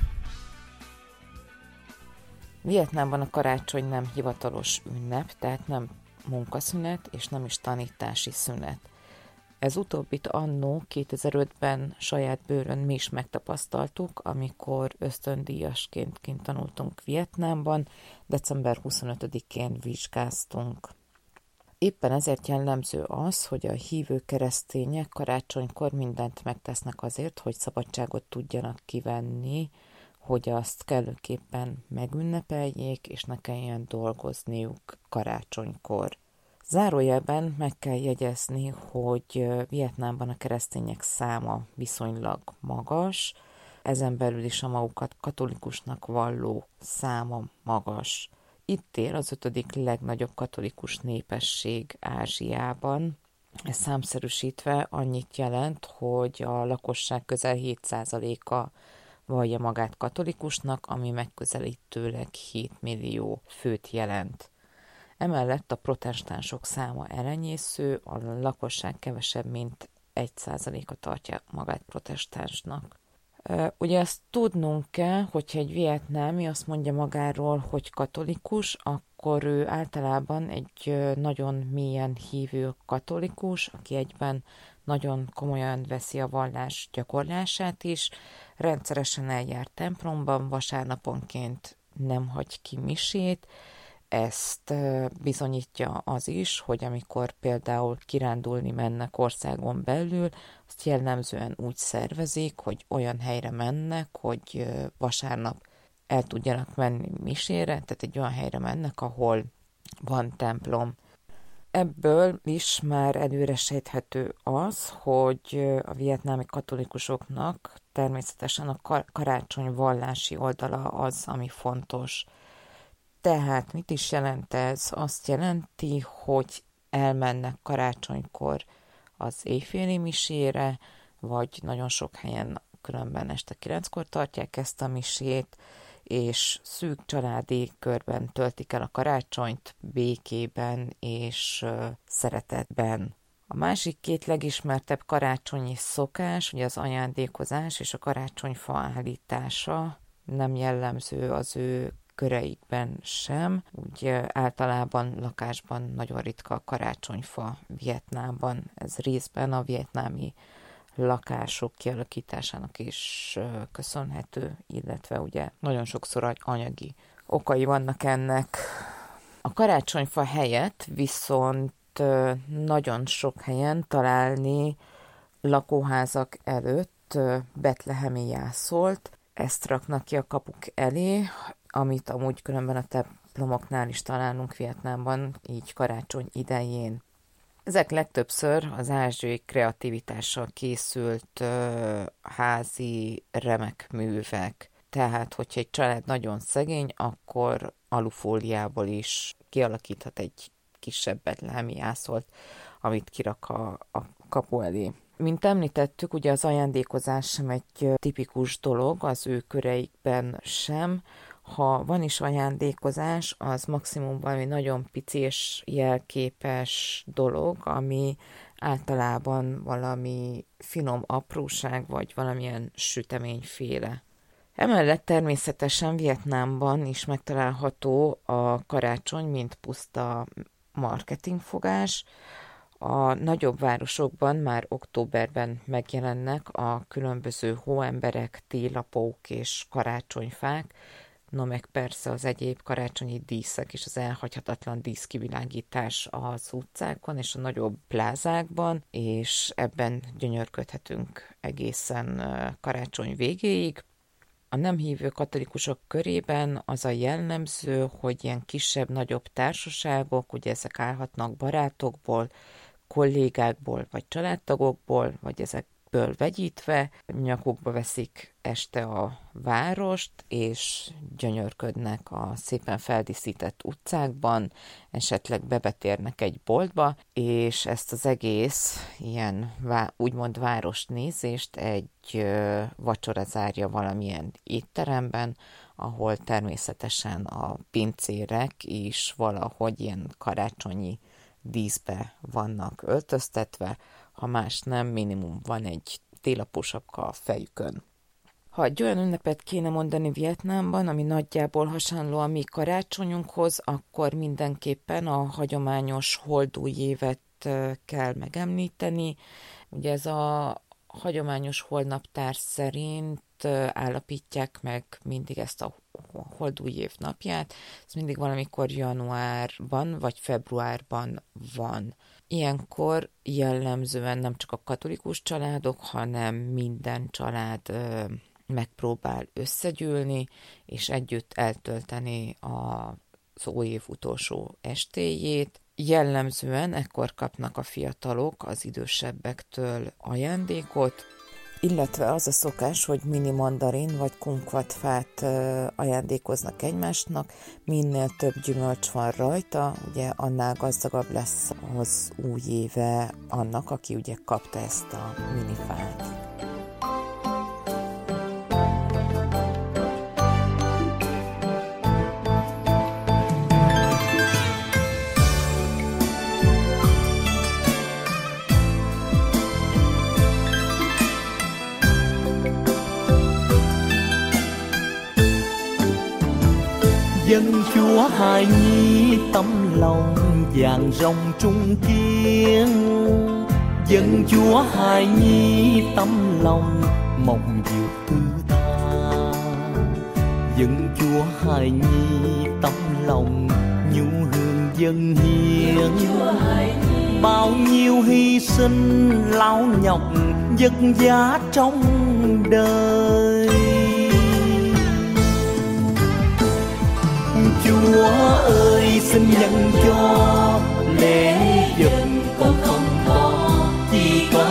Vietnámban a karácsony nem hivatalos ünnep, tehát nem munkaszünet és nem is tanítási szünet. Ez utóbbit annó 2005-ben saját bőrön mi is megtapasztaltuk, amikor ösztöndíjasként kint tanultunk Vietnámban, december 25-én vizsgáztunk. Éppen ezért jellemző az, hogy a hívő keresztények karácsonykor mindent megtesznek azért, hogy szabadságot tudjanak kivenni, hogy azt kellőképpen megünnepeljék, és ne kelljen dolgozniuk karácsonykor. Zárójelben meg kell jegyezni, hogy Vietnámban a keresztények száma viszonylag magas, ezen belül is a magukat katolikusnak valló száma magas. Itt él az 5. legnagyobb katolikus népesség Ázsiában. Ez számszerűsítve annyit jelent, hogy a lakosság közel 7%-a vallja magát katolikusnak, ami megközelítőleg 7 millió főt jelent. Emellett a protestánsok száma elenyésző, a lakosság kevesebb, mint 1%-a tartja magát protestánsnak. Ugye azt tudnunk kell, hogyha egy vietnámi azt mondja magáról, hogy katolikus, akkor ő általában egy nagyon mélyen hívő katolikus, aki egyben nagyon komolyan veszi a vallás gyakorlását is, rendszeresen eljár templomban, vasárnaponként nem hagy ki misét. Ezt bizonyítja az is, hogy amikor például kirándulni mennek országon belül, azt jellemzően úgy szervezik, hogy olyan helyre mennek, hogy vasárnap el tudjanak menni misére, tehát egy olyan helyre mennek, ahol van templom. Ebből is már előre sejthető az, hogy a vietnámi katolikusoknak természetesen a karácsony vallási oldala az, ami fontos. Tehát mit is jelent ez? Azt jelenti, hogy elmennek karácsonykor az éjféli misére, vagy nagyon sok helyen különben este 9-kor tartják ezt a misét, és szűk családi körben töltik el a karácsonyt békében és szeretetben. A másik két legismertebb karácsonyi szokás, ugye az ajándékozás és a karácsonyfa állítása nem jellemző az ő köreikben sem. Ugye általában lakásban nagyon ritka a karácsonyfa Vietnámban. Ez részben a vietnámi lakások kialakításának is köszönhető, illetve ugye nagyon sokszor anyagi okai vannak ennek. A karácsonyfa helyett viszont nagyon sok helyen találni lakóházak előtt betlehemi jászolt. Ezt raknak ki a kapuk elé, amit amúgy különben a templomoknál is találunk Vietnámban, így karácsony idején. Ezek legtöbbször az ázsiai kreativitással készült házi remek művek. Tehát, hogyha egy család nagyon szegény, akkor alufóliából is kialakíthat egy kisebb betlehemi jászolt, amit kirak a kapu elé. Mint említettük, ugye az ajándékozás sem egy tipikus dolog, az ő köreikben sem. Ha van is ajándékozás, az maximum valami nagyon pici és jelképes dolog, ami általában valami finom apróság, vagy valamilyen süteményféle. Emellett természetesen Vietnámban is megtalálható a karácsony, mint puszta marketingfogás. A nagyobb városokban már októberben megjelennek a különböző hóemberek, télapók és karácsonyfák, no meg persze az egyéb karácsonyi díszek és az elhagyhatatlan díszkivilágítás az utcákon és a nagyobb plázákban, és ebben gyönyörködhetünk egészen karácsony végéig. A nem hívő katolikusok körében az a jellemző, hogy ilyen kisebb-nagyobb társaságok, ugye ezek állhatnak barátokból, kollégákból vagy családtagokból, vagy ezekből vegyítve, nyakukba veszik este a várost, és gyönyörködnek a szépen feldíszített utcákban, esetleg bebetérnek egy boltba, és ezt az egész ilyen úgymond városnézést egy vacsora zárja valamilyen étteremben, ahol természetesen a pincérek is valahogy ilyen karácsonyi díszbe vannak öltöztetve, ha más nem, minimum van egy télapósapka a fejükön. Ha egy olyan ünnepet kéne mondani Vietnámban, ami nagyjából hasonló a mi karácsonyunkhoz, akkor mindenképpen a hagyományos holdúj évet kell megemlíteni. Ugye ez a hagyományos holnaptár szerint állapítják meg mindig ezt a holdúj év napját, ez mindig valamikor januárban vagy februárban van. Ilyenkor jellemzően nem csak a katolikus családok, hanem minden család megpróbál összegyűlni, és együtt eltölteni az újév utolsó estéjét. Jellemzően ekkor kapnak a fiatalok az idősebbektől ajándékot, illetve az a szokás, hogy mini mandarin vagy kumquatfát ajándékoznak egymásnak, minél több gyümölcs van rajta, ugye annál gazdagabb lesz az új éve annak, aki ugye kapta ezt a minifát. Dân Chúa hài nhi tấm lòng vàng rồng trung kiên. Dân Chúa hài nhi tấm lòng mộng diệu thứ tha. Dân Chúa hài nhi tấm lòng nhu hương dân hiến. Bao nhiêu hy sinh lao nhọc vất vả trong đời. Chúa ơi xin nhận cho lễ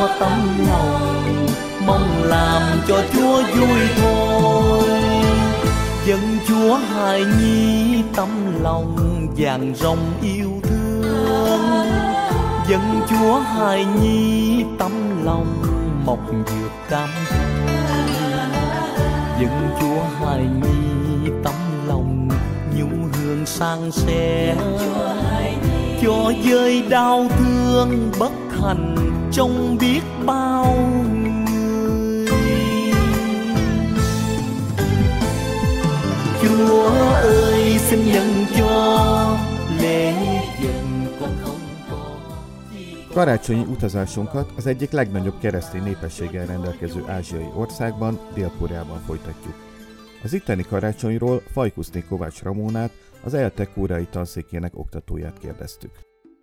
tấm lòng, mong làm cho Chúa vui thôi. Dân Chúa hài nhi tấm lòng vàng rồng yêu thương, dân Chúa hài nhi tấm lòng mọc dược cam thơm, dân Chúa hài nhi tấm lòng nhu hương sang sẻ, cho dơi đau thương bất hạnh trong biết bao người. Chúa ơi xin nhận cho lễ dân con không có. Karácsonyi utazásunkat az egyik legnagyobb keresztény népességgel rendelkező ázsiai országban, Dél-Koreában folytatjuk. Az itteni karácsonyról Fajkuszné Kovács Ramónát, az ELTE koreai tanszékének oktatóját kérdeztük.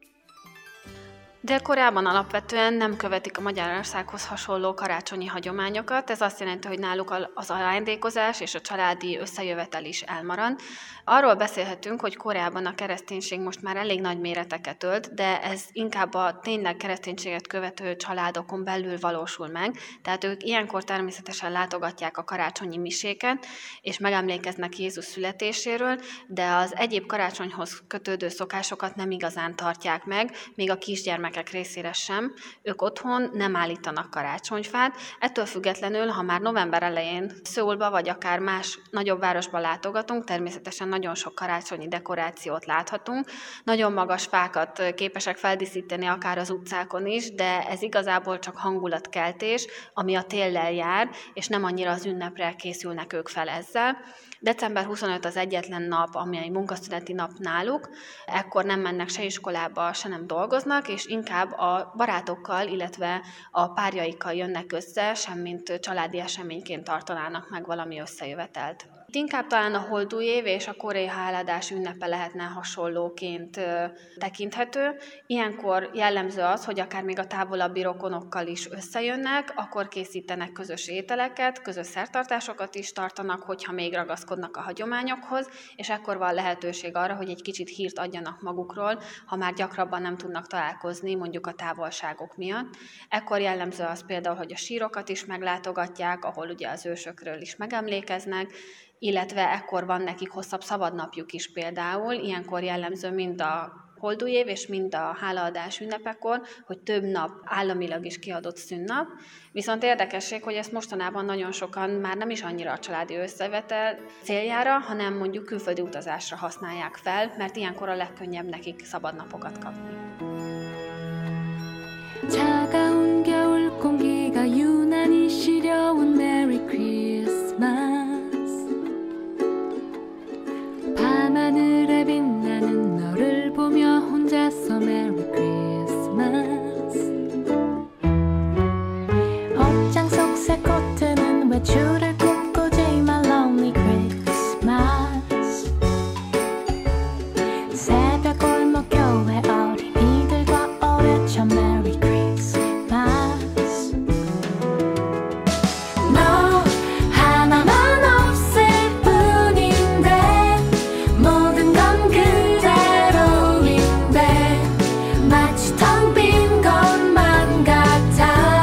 Dél-Koreában alapvetően nem követik a Magyarországhoz hasonló karácsonyi hagyományokat. Ez azt jelenti, hogy náluk az ajándékozás és a családi összejövetel is elmarad. Arról beszélhetünk, hogy Koreában a kereszténység most már elég nagy méreteket ölt, de ez inkább a tényleg kereszténységet követő családokon belül valósul meg. Tehát ők ilyenkor természetesen látogatják a karácsonyi miséket, és megemlékeznek Jézus születéséről, de az egyéb karácsonyhoz kötődő szokásokat nem igazán tartják meg, még a kisgyermekek részére sem. Ők otthon nem állítanak karácsonyfát. Ettől függetlenül, ha már november elején Szöulba vagy akár más nagyobb városba látogatunk, természetesen nagyon sok karácsonyi dekorációt láthatunk. Nagyon magas fákat képesek feldíszíteni akár az utcákon is, de ez igazából csak hangulatkeltés, ami a téllel jár, és nem annyira az ünnepre készülnek ők fel ezzel. December 25 az egyetlen nap, ami egy munkaszüneti nap náluk, ekkor nem mennek se iskolába, se nem dolgoznak, és inkább a barátokkal, illetve a párjaikkal jönnek össze, semmint családi eseményként tartanának meg valami összejövetelt. Itt inkább talán a holdúj év és a koreai hálaadás ünnepe lehetne hasonlóként tekinthető. Ilyenkor jellemző az, hogy akár még a távolabbi rokonokkal is összejönnek, akkor készítenek közös ételeket, közös szertartásokat is tartanak, hogyha még ragaszkodnak a hagyományokhoz, és ekkor van lehetőség arra, hogy egy kicsit hírt adjanak magukról, ha már gyakrabban nem tudnak találkozni, mondjuk a távolságok miatt. Ekkor jellemző az például, hogy a sírokat is meglátogatják, ahol ugye az ősökről is megemlékeznek, illetve ekkor van nekik hosszabb szabadnapjuk is például. Ilyenkor jellemző mind a holdúj év és mind a hálaadás ünnepekor, hogy több nap államilag is kiadott szünnap. Viszont érdekesség, hogy ezt mostanában nagyon sokan már nem is annyira a családi összevetel céljára, hanem mondjuk külföldi utazásra használják fel, mert ilyenkor a legkönnyebb nekik szabadnapokat kapni. 차가운 겨울 공기가 유난히 시려운 Merry Christmas. 밤하늘에 빛나는 너를 보며 혼자서 Merry Christmas. 옷장 속 새 코트는 외출을 꿈꾸지 My Lonely Christmas. 새벽 골목 교회 어린이들과 오래쳐 Merry Christmas. 너 하나만 없을 뿐인데 모든 건 그대로인데 마치 텅 빈 것만 같아.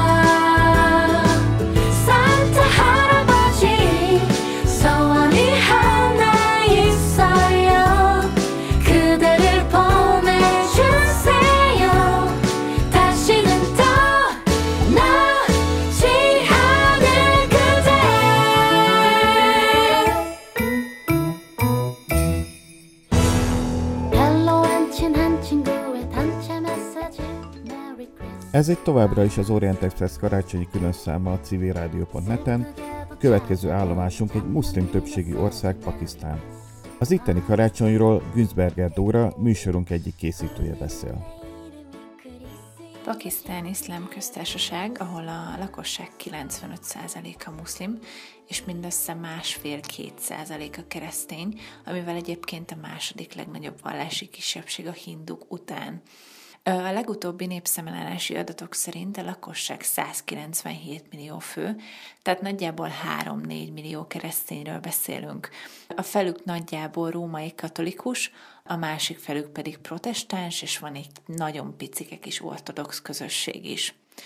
산타 할아버지 소원이 하나 있어요. 그대를 보내주세요. 다시는 떠나지 않을 그대. 별로 안 친한 친구의 단체 메시지 Merry Christmas. Ez egy továbbra is az Orient Express karácsonyi különszáma a civilradio.net-en. Következő állomásunk egy muszlim többségi ország, Pakisztán. Az itteni karácsonyról Günzberger Dóra, műsorunk egyik készítője beszél. Pakisztán iszlám köztársaság, ahol a lakosság 95%-a muszlim, és mindössze 1,5-2% a keresztény, amivel egyébként a második legnagyobb vallási kisebbség a hinduk után. A legutóbbi népszámlálási adatok szerint a lakosság 197 millió fő, tehát nagyjából 3-4 millió keresztényről beszélünk. A felük nagyjából római katolikus, a másik felük pedig protestáns, és van egy nagyon picike kis ortodox közösség is.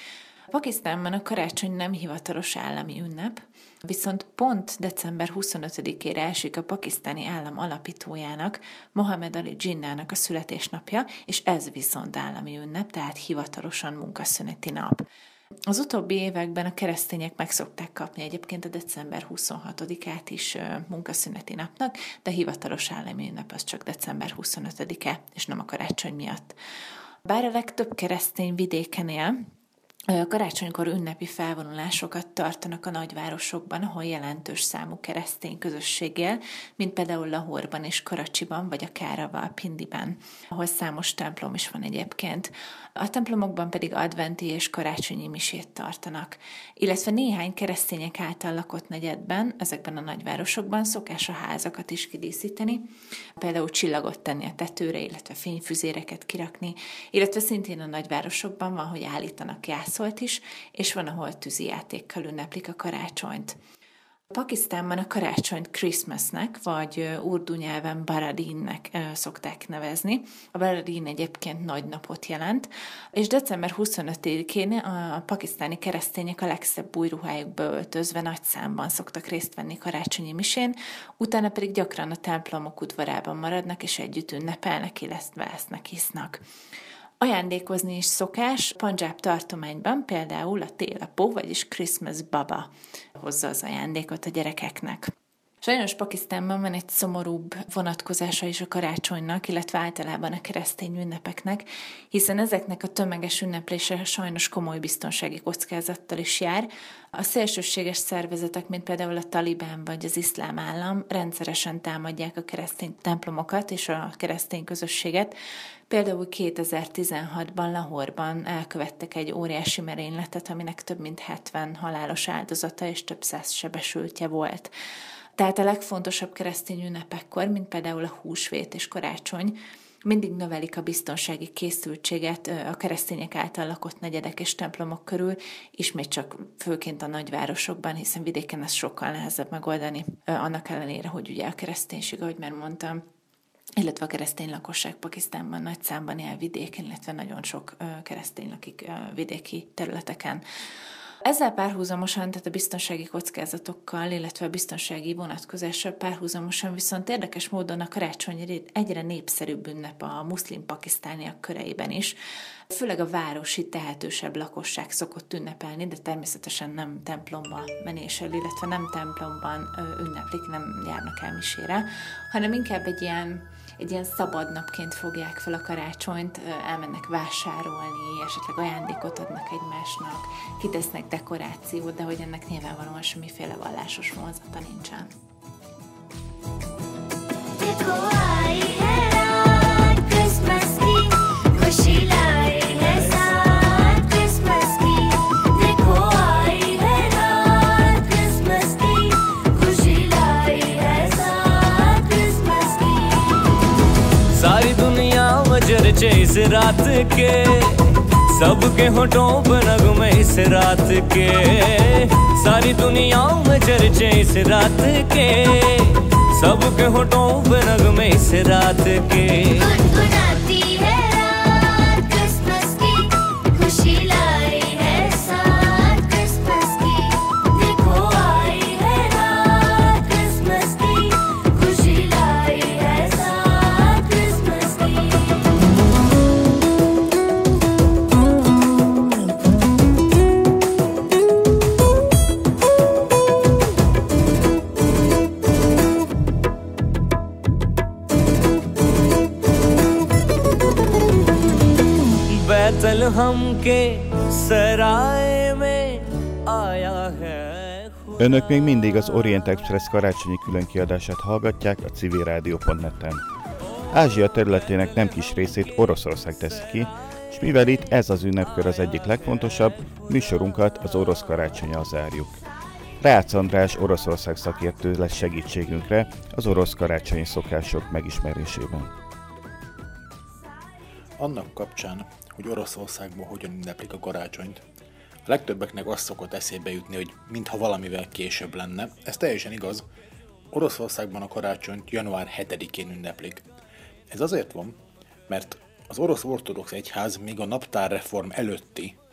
Pakisztánban a karácsony nem hivatalos állami ünnep, viszont pont december 25-ére esik a pakisztáni állam alapítójának, Mohammed Ali Jinnahnak a születésnapja, és ez viszont állami ünnep, tehát hivatalosan munkaszüneti nap. Az utóbbi években a keresztények meg szokták kapni egyébként a december 26-át is munkaszüneti napnak, de a hivatalos állami ünnep az csak december 25-e, és nem a karácsony miatt. Bár a legtöbb keresztény vidéken él, karácsonykor ünnepi felvonulásokat tartanak a nagyvárosokban, ahol jelentős számú keresztény közösség él, mint például Lahorban és Karacsiban, vagy a Rawalpindiben, ahol számos templom is van egyébként. A templomokban pedig adventi és karácsonyi misét tartanak. Illetve néhány keresztények által lakott negyedben, ezekben a nagyvárosokban szokás a házakat is kidíszíteni, például csillagot tenni a tetőre, illetve fényfüzéreket kirakni, illetve szintén a nagyvárosokban van, hogy állítanak jászolt is, és van, ahol tűzijátékkal ünneplik a karácsonyt. Pakisztánban a karácsonyt Christmasnek, vagy urdu nyelven Baradinnek szokták nevezni. A Baradin egyébként nagy napot jelent, és december 25-én a pakisztáni keresztények a legszebb új ruhájukba öltözve nagy számban szoktak részt venni karácsonyi misén, utána pedig gyakran a templomok udvarában maradnak, és együtt ünnepelnek, illetve esznek, hisznak. Ajándékozni is szokás, Pandzsáb tartományban például a télapó, vagyis Christmas Baba hozza az ajándékot a gyerekeknek. Sajnos Pakisztánban van egy szomorúbb vonatkozása is a karácsonynak, illetve általában a keresztény ünnepeknek, hiszen ezeknek a tömeges ünneplése sajnos komoly biztonsági kockázattal is jár. A szélsőséges szervezetek, mint például a Talibán vagy az Iszlám Állam rendszeresen támadják a keresztény templomokat és a keresztény közösséget. Például 2016-ban Lahorban elkövettek egy óriási merényletet, aminek több mint 70 halálos áldozata és több száz sebesültje volt. Tehát a legfontosabb keresztény ünnepekkor, mint például a húsvét és karácsony, mindig növelik a biztonsági készültséget a keresztények által lakott negyedek és templomok körül, ismét csak főként a nagyvárosokban, hiszen vidéken ez sokkal nehezebb megoldani, annak ellenére, hogy ugye a kereszténység, ahogy már mondtam, illetve a keresztény lakosság Pakisztánban nagy számban él vidéken, illetve nagyon sok keresztény lakik vidéki területeken. Ezzel párhuzamosan, tehát a biztonsági kockázatokkal, illetve a biztonsági vonatkozással párhuzamosan viszont érdekes módon a karácsony egyre népszerűbb ünnep a muszlim pakisztániak köreiben is. Főleg a városi, tehetősebb lakosság szokott ünnepelni, de természetesen nem templomba menéssel, illetve nem templomban ünneplik, nem járnak el misére, hanem inkább egy ilyen szabad napként fogják fel a karácsonyt, elmennek vásárolni, esetleg ajándékot adnak egymásnak, kitesznek dekorációt, de hogy ennek nyilvánvalóan semmiféle vallásos vonzata nincsen. चर्चे इस रात के सबके होठों पर नगमे इस रात के सारी दुनिया में चर्चे इस रात के सबके होठों पर नगमे इस रात के गुनगुनाती है रात क्रिसमस की खुशी लाई है साथ क्रिसमस की देखो आई है रात क्रिसमस की खुशी लाई है साथ क्रिसमस की Önök még mindig az Orient Express karácsonyi különkiadását hallgatják a civilradio.net-en. Ázsia területének nem kis részét Oroszország teszi ki, és mivel itt ez az ünnepkör az egyik legfontosabb, műsorunkat az orosz karácsonnyal zárjuk. Rácz András Oroszország szakértő lesz segítségünkre az orosz karácsonyi szokások megismerésében. Annak kapcsán, hogy Oroszországban hogyan ünneplik a karácsonyt, a legtöbbeknek azt szokott eszébe jutni, hogy mintha valamivel később lenne. Ez teljesen igaz. Oroszországban a karácsonyt január 7-én ünneplik. Ez azért van, mert az orosz ortodox egyház még a naptárreform előtti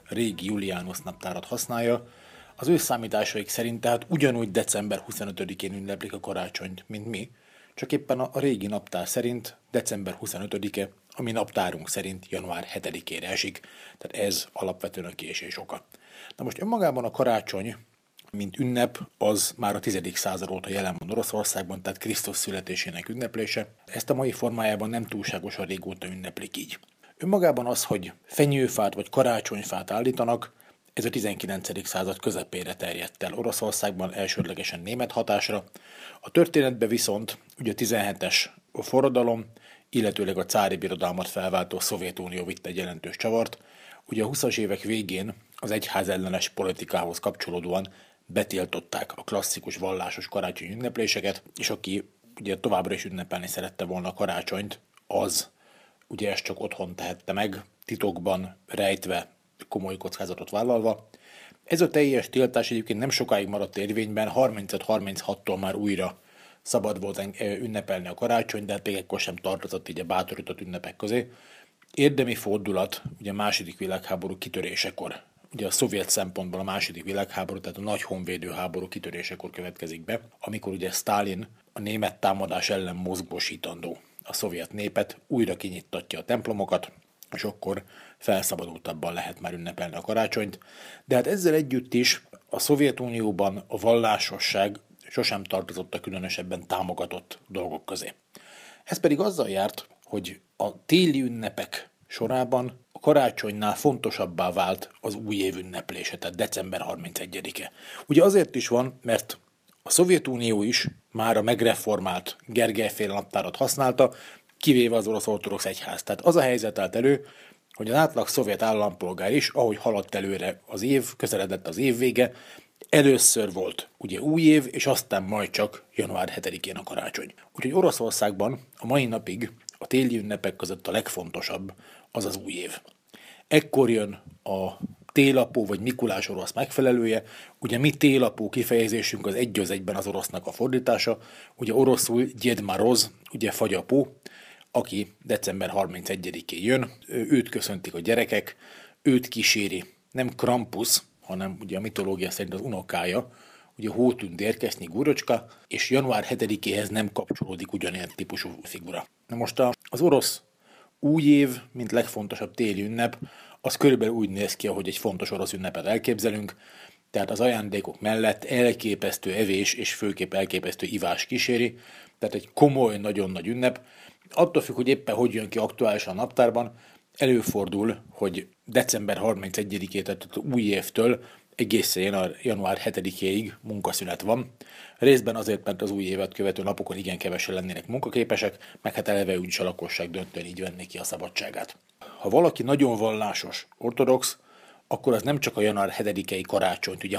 régi Julianus naptárat használja. Az ő számításaik szerint tehát ugyanúgy december 25-én ünneplik a karácsonyt, mint mi, csak éppen a régi naptár szerint december 25-e, ami naptárunk szerint január 7-ére esik, tehát ez alapvetően a késés oka. Na most önmagában a karácsony, mint ünnep, az már a 10. század óta jelen van Oroszországban, tehát Krisztus születésének ünneplése. Ezt a mai formájában nem túlságosan régóta ünneplik így. Önmagában az, hogy fenyőfát vagy karácsonyfát állítanak, ez a 19. század közepére terjedt el Oroszországban, elsődlegesen német hatásra. A történetben viszont ugye a 17-es forradalom, illetőleg a cári birodalmat felváltó Szovjetunió vitt egy jelentős csavart. Ugye a 20-as évek végén az egyház ellenes politikához kapcsolódóan betiltották a klasszikus vallásos karácsonyi ünnepléseket, és aki ugye továbbra is ünnepelni szerette volna a karácsonyt, az ugye ezt csak otthon tehette meg, titokban, rejtve, komoly kockázatot vállalva. Ez a teljes tiltás egyébként nem sokáig maradt érvényben, 35-36-tól már újra szabad volt ünnepelni a karácsony, de hát még ekkor sem tartozott így a bátorított ünnepek közé. Érdemi fordulat ugye a második világháború kitörésekor, ugye a szovjet szempontból a második világháború, tehát a nagy honvédő háború kitörésekor következik be, amikor ugye Sztálin a német támadás ellen mozgósítandó a szovjet népet, újra kinyittatja a templomokat, és akkor felszabadultabban lehet már ünnepelni a karácsonyt. De hát ezzel együtt is a Szovjetunióban a vallásosság sosem tartozott a különösebben támogatott dolgok közé. Ez pedig azzal járt, hogy a téli ünnepek sorában a karácsonynál fontosabbá vált az új év ünneplése, tehát december 31-e. Ugye azért is van, mert a Szovjetunió is már a megreformált Gergely-féle naptárat használta, kivéve az orosz ortodox egyház. Tehát az a helyzet állt elő, hogy az átlag szovjet állampolgár is, ahogy haladt előre az év, közeledett az év vége, először volt ugye új év, és aztán majd csak január 7-én a karácsony. Úgyhogy Oroszországban a mai napig a téli ünnepek között a legfontosabb az az új év. Ekkor jön a télapó vagy Mikulás orosz megfelelője, ugye mi télapó kifejezésünk az egy az egyben az orosznak a fordítása, ugye oroszul Gyed Maroz, ugye fagyapó, aki december 31-én jön, őt köszöntik a gyerekek, őt kíséri nem Krampus, hanem ugye a mitológia szerint az unokája, ugye Hótündér, Kesznyi Gúrocska, és január 7-éhez nem kapcsolódik ugyanilyen típusú figura. Na most az orosz új év, mint legfontosabb téli ünnep, az körülbelül úgy néz ki, ahogy egy fontos orosz ünnepet elképzelünk, tehát az ajándékok mellett elképesztő evés és főképp elképesztő ivás kíséri, tehát egy komoly, nagyon nagy ünnep. Attól függ, hogy éppen hogy jön ki aktuálisan a naptárban, előfordul, hogy december 31-től, tehát új évtől egészen január 7-ig munkaszünet van. Részben azért, mert az új évet követő napokon igen kevesen lennének munkaképesek, meg hát eleve úgyis a lakosság döntően így venné ki a szabadságát. Ha valaki nagyon vallásos, ortodox, akkor az nem csak a január 7-i karácsonyt, ugye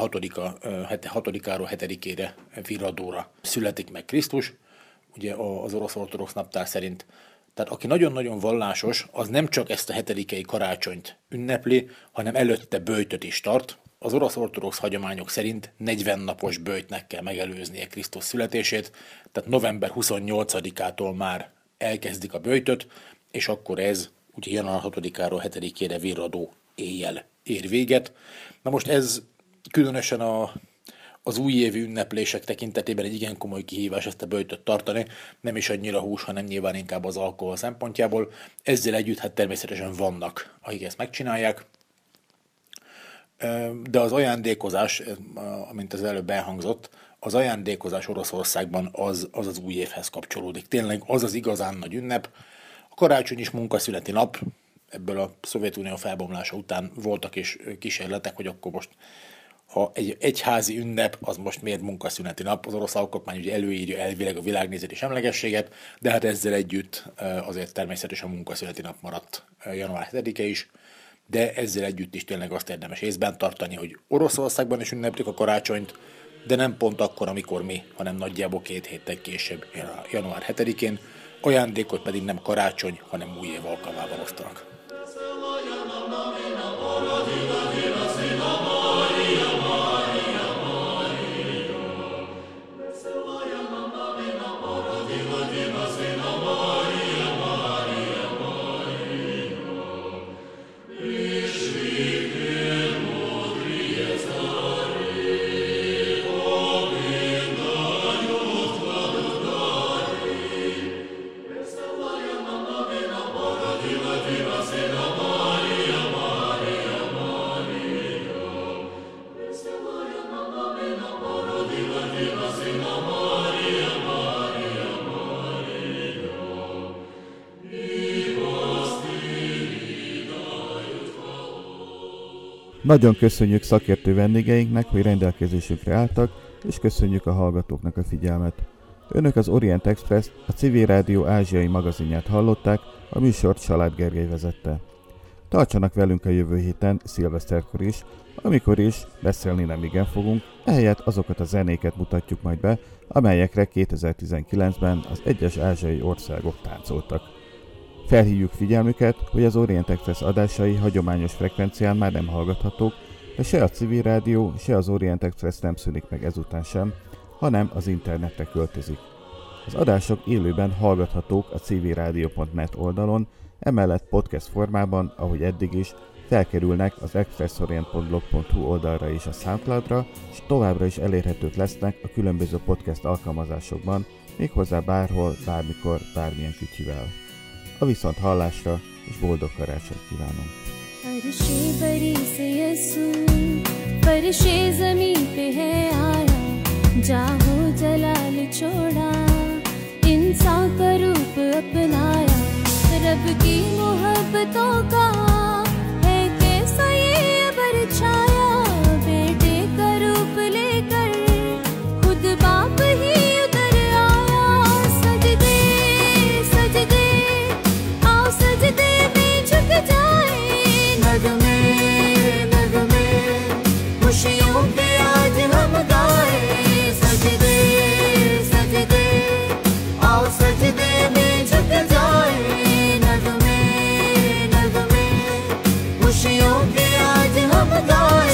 6-áról 7-ére virradóra születik meg Krisztus, ugye az orosz ortodox naptár szerint. Tehát aki nagyon-nagyon vallásos, az nem csak ezt a 7-i karácsonyt ünnepli, hanem előtte böjtöt is tart. Az orosz ortodox hagyományok szerint 40 napos böjtnek kell megelőznie Krisztus születését, tehát november 28-ától már elkezdik a böjtöt, és akkor ez ugye január 6-áról 7-ére virradó éjjel ér véget. Na most ez különösen az újévi ünneplések tekintetében egy igen komoly kihívás ezt a böjtöt tartani, nem is annyira hús, hanem nyilván inkább az alkohol szempontjából. Ezzel együtt hát természetesen vannak, akik ezt megcsinálják, de az ajándékozás, amint az előbb elhangzott, az ajándékozás Oroszországban az új évhez kapcsolódik. Tényleg az az igazán nagy ünnep. A karácsony is munkaszüneti nap, ebből a Szovjetunió felbomlása után voltak is kísérletek, hogy akkor most, ha egy egyházi ünnep, az most miért munkaszüneti nap? Az orosz alkotmány ugye előírja elvileg a világnézeti semlegességet, de hát ezzel együtt azért természetesen munkaszüneti nap maradt január 7-e is, de ezzel együtt is tényleg azt érdemes észben tartani, hogy Oroszországban is ünneplik a karácsonyt, de nem pont akkor, amikor mi, hanem nagyjából 2 héttel később, január 7-én, ajándékot pedig nem karácsony, hanem új év alkalmával osztanak. Is Nagyon köszönjük szakértő vendégeinknek, hogy rendelkezésükre álltak, és köszönjük a hallgatóknak a figyelmet. Önök az Orient Express, a Civil Rádió ázsiai magazinját hallották, a műsort Salád Gergely vezette. Tartsanak velünk a jövő héten, szilveszterkor is, amikor is beszélni nem igen fogunk, ehelyett azokat a zenéket mutatjuk majd be, amelyekre 2019-ben az egyes ázsiai országok táncoltak. Felhívjuk figyelmüket, hogy az Orient Express adásai hagyományos frekvencián már nem hallgathatók, de se a Civil Rádió, se az Orient Express nem szűnik meg ezután sem, hanem az internetre költözik. Az adások élőben hallgathatók a civilradio.net oldalon, emellett podcast formában, ahogy eddig is, felkerülnek az expressorient.blog.hu oldalra és a Soundcloudra, és továbbra is elérhetők lesznek a különböző podcast alkalmazásokban, méghozzá bárhol, bármikor, bármilyen kütyüvel. A viszont hallásra és boldog karácsonyt kívánunk! रब की मोहब्बतों का है कैसा ये अबर छाया बेटे का रूप लेकर खुद बाप ही उतर आया सजदे सजदे आओ सजदे में झुक जाए नगमे नगमे खुशियों के आज हम गाए सजदे सजदे आओ सजदे में झुक जाए खुशियों के आज हम गाए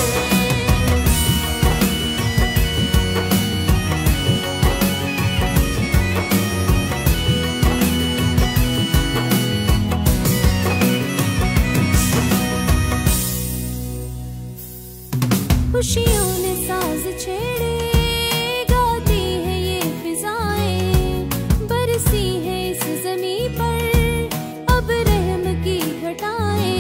खुशियों ने साज छेड़े गाती है ये फिजाएं बरसी है इस ज़मीं पर अब रहम की घटाएं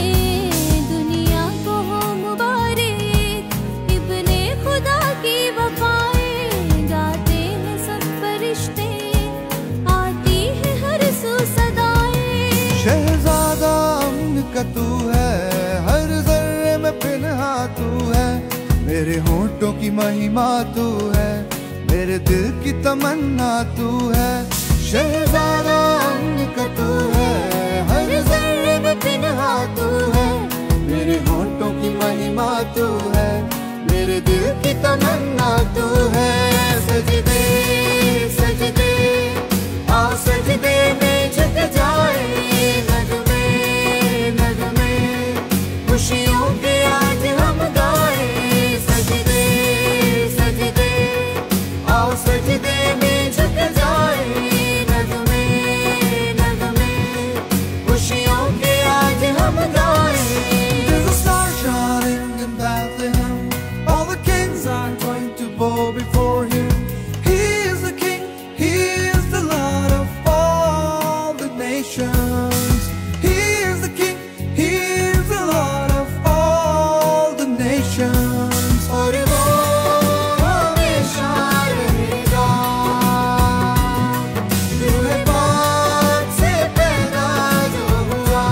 शहजादा अम्न का तू है हर जर्रे में पिन्हा तू है मेरे होंठों की महिमा तू है मेरे दिल की तमन्ना तू है शहजादा अम्न का तू है हर जर्रे में पिन्हा तू है मेरे होंठों की महिमा तू है मेरे दिल की तमन्ना तू है सजदे सजदे आओ सजदे में झुक जाए खुशियों के आज हम गाए सजदे सजदे आओ सजदे में झुक जाए नगमे नगमे खुशियों के आज हम गाए There's a star shining in Bethlehem all the kings are going to bow before him He is the king, he is the Lord of all the nations He is the king, he is the Lord और वो हमेशा रहेगा रूह पाक से पैदा जो हुआ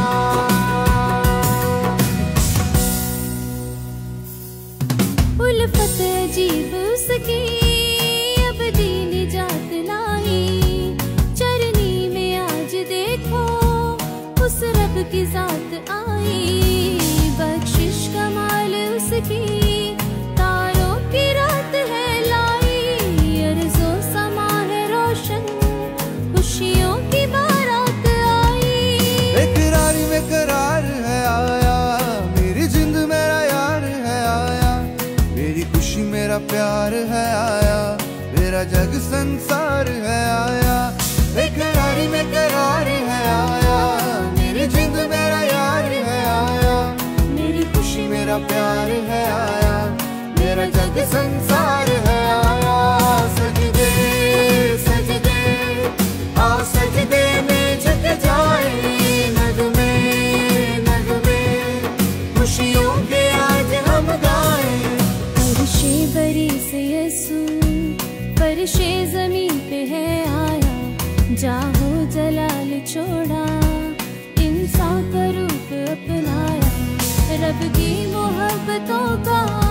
उल्फत अजीब उसकी अब दीन जात लाई चरनी में आज देखो उस रब की जात आई बख्शिश कमाल उसकी तारों की रात है लाई अर्ज़ो समा है रोशन खुशियों की बारात आई बेकरारी में करार है आया मेरी जिंद मेरा यार है आया मेरी खुशी मेरा प्यार है आया मेरा जग संसार है आया बेकरारी में करार है आया मेरी जिंद मेरा यार है आया मेरा प्यार है आया मेरा जग संसार है आया सजदे सजदे आओ सजदे में झुक जाए नगमे नगमे खुशियों के आज हम गाए हर शे बरी से यसू फरिशे ज़मीन पे है आया, जाहो जलाल छोड़ा, इंसान का रूप अपनाया, रब की मोहब्बतों का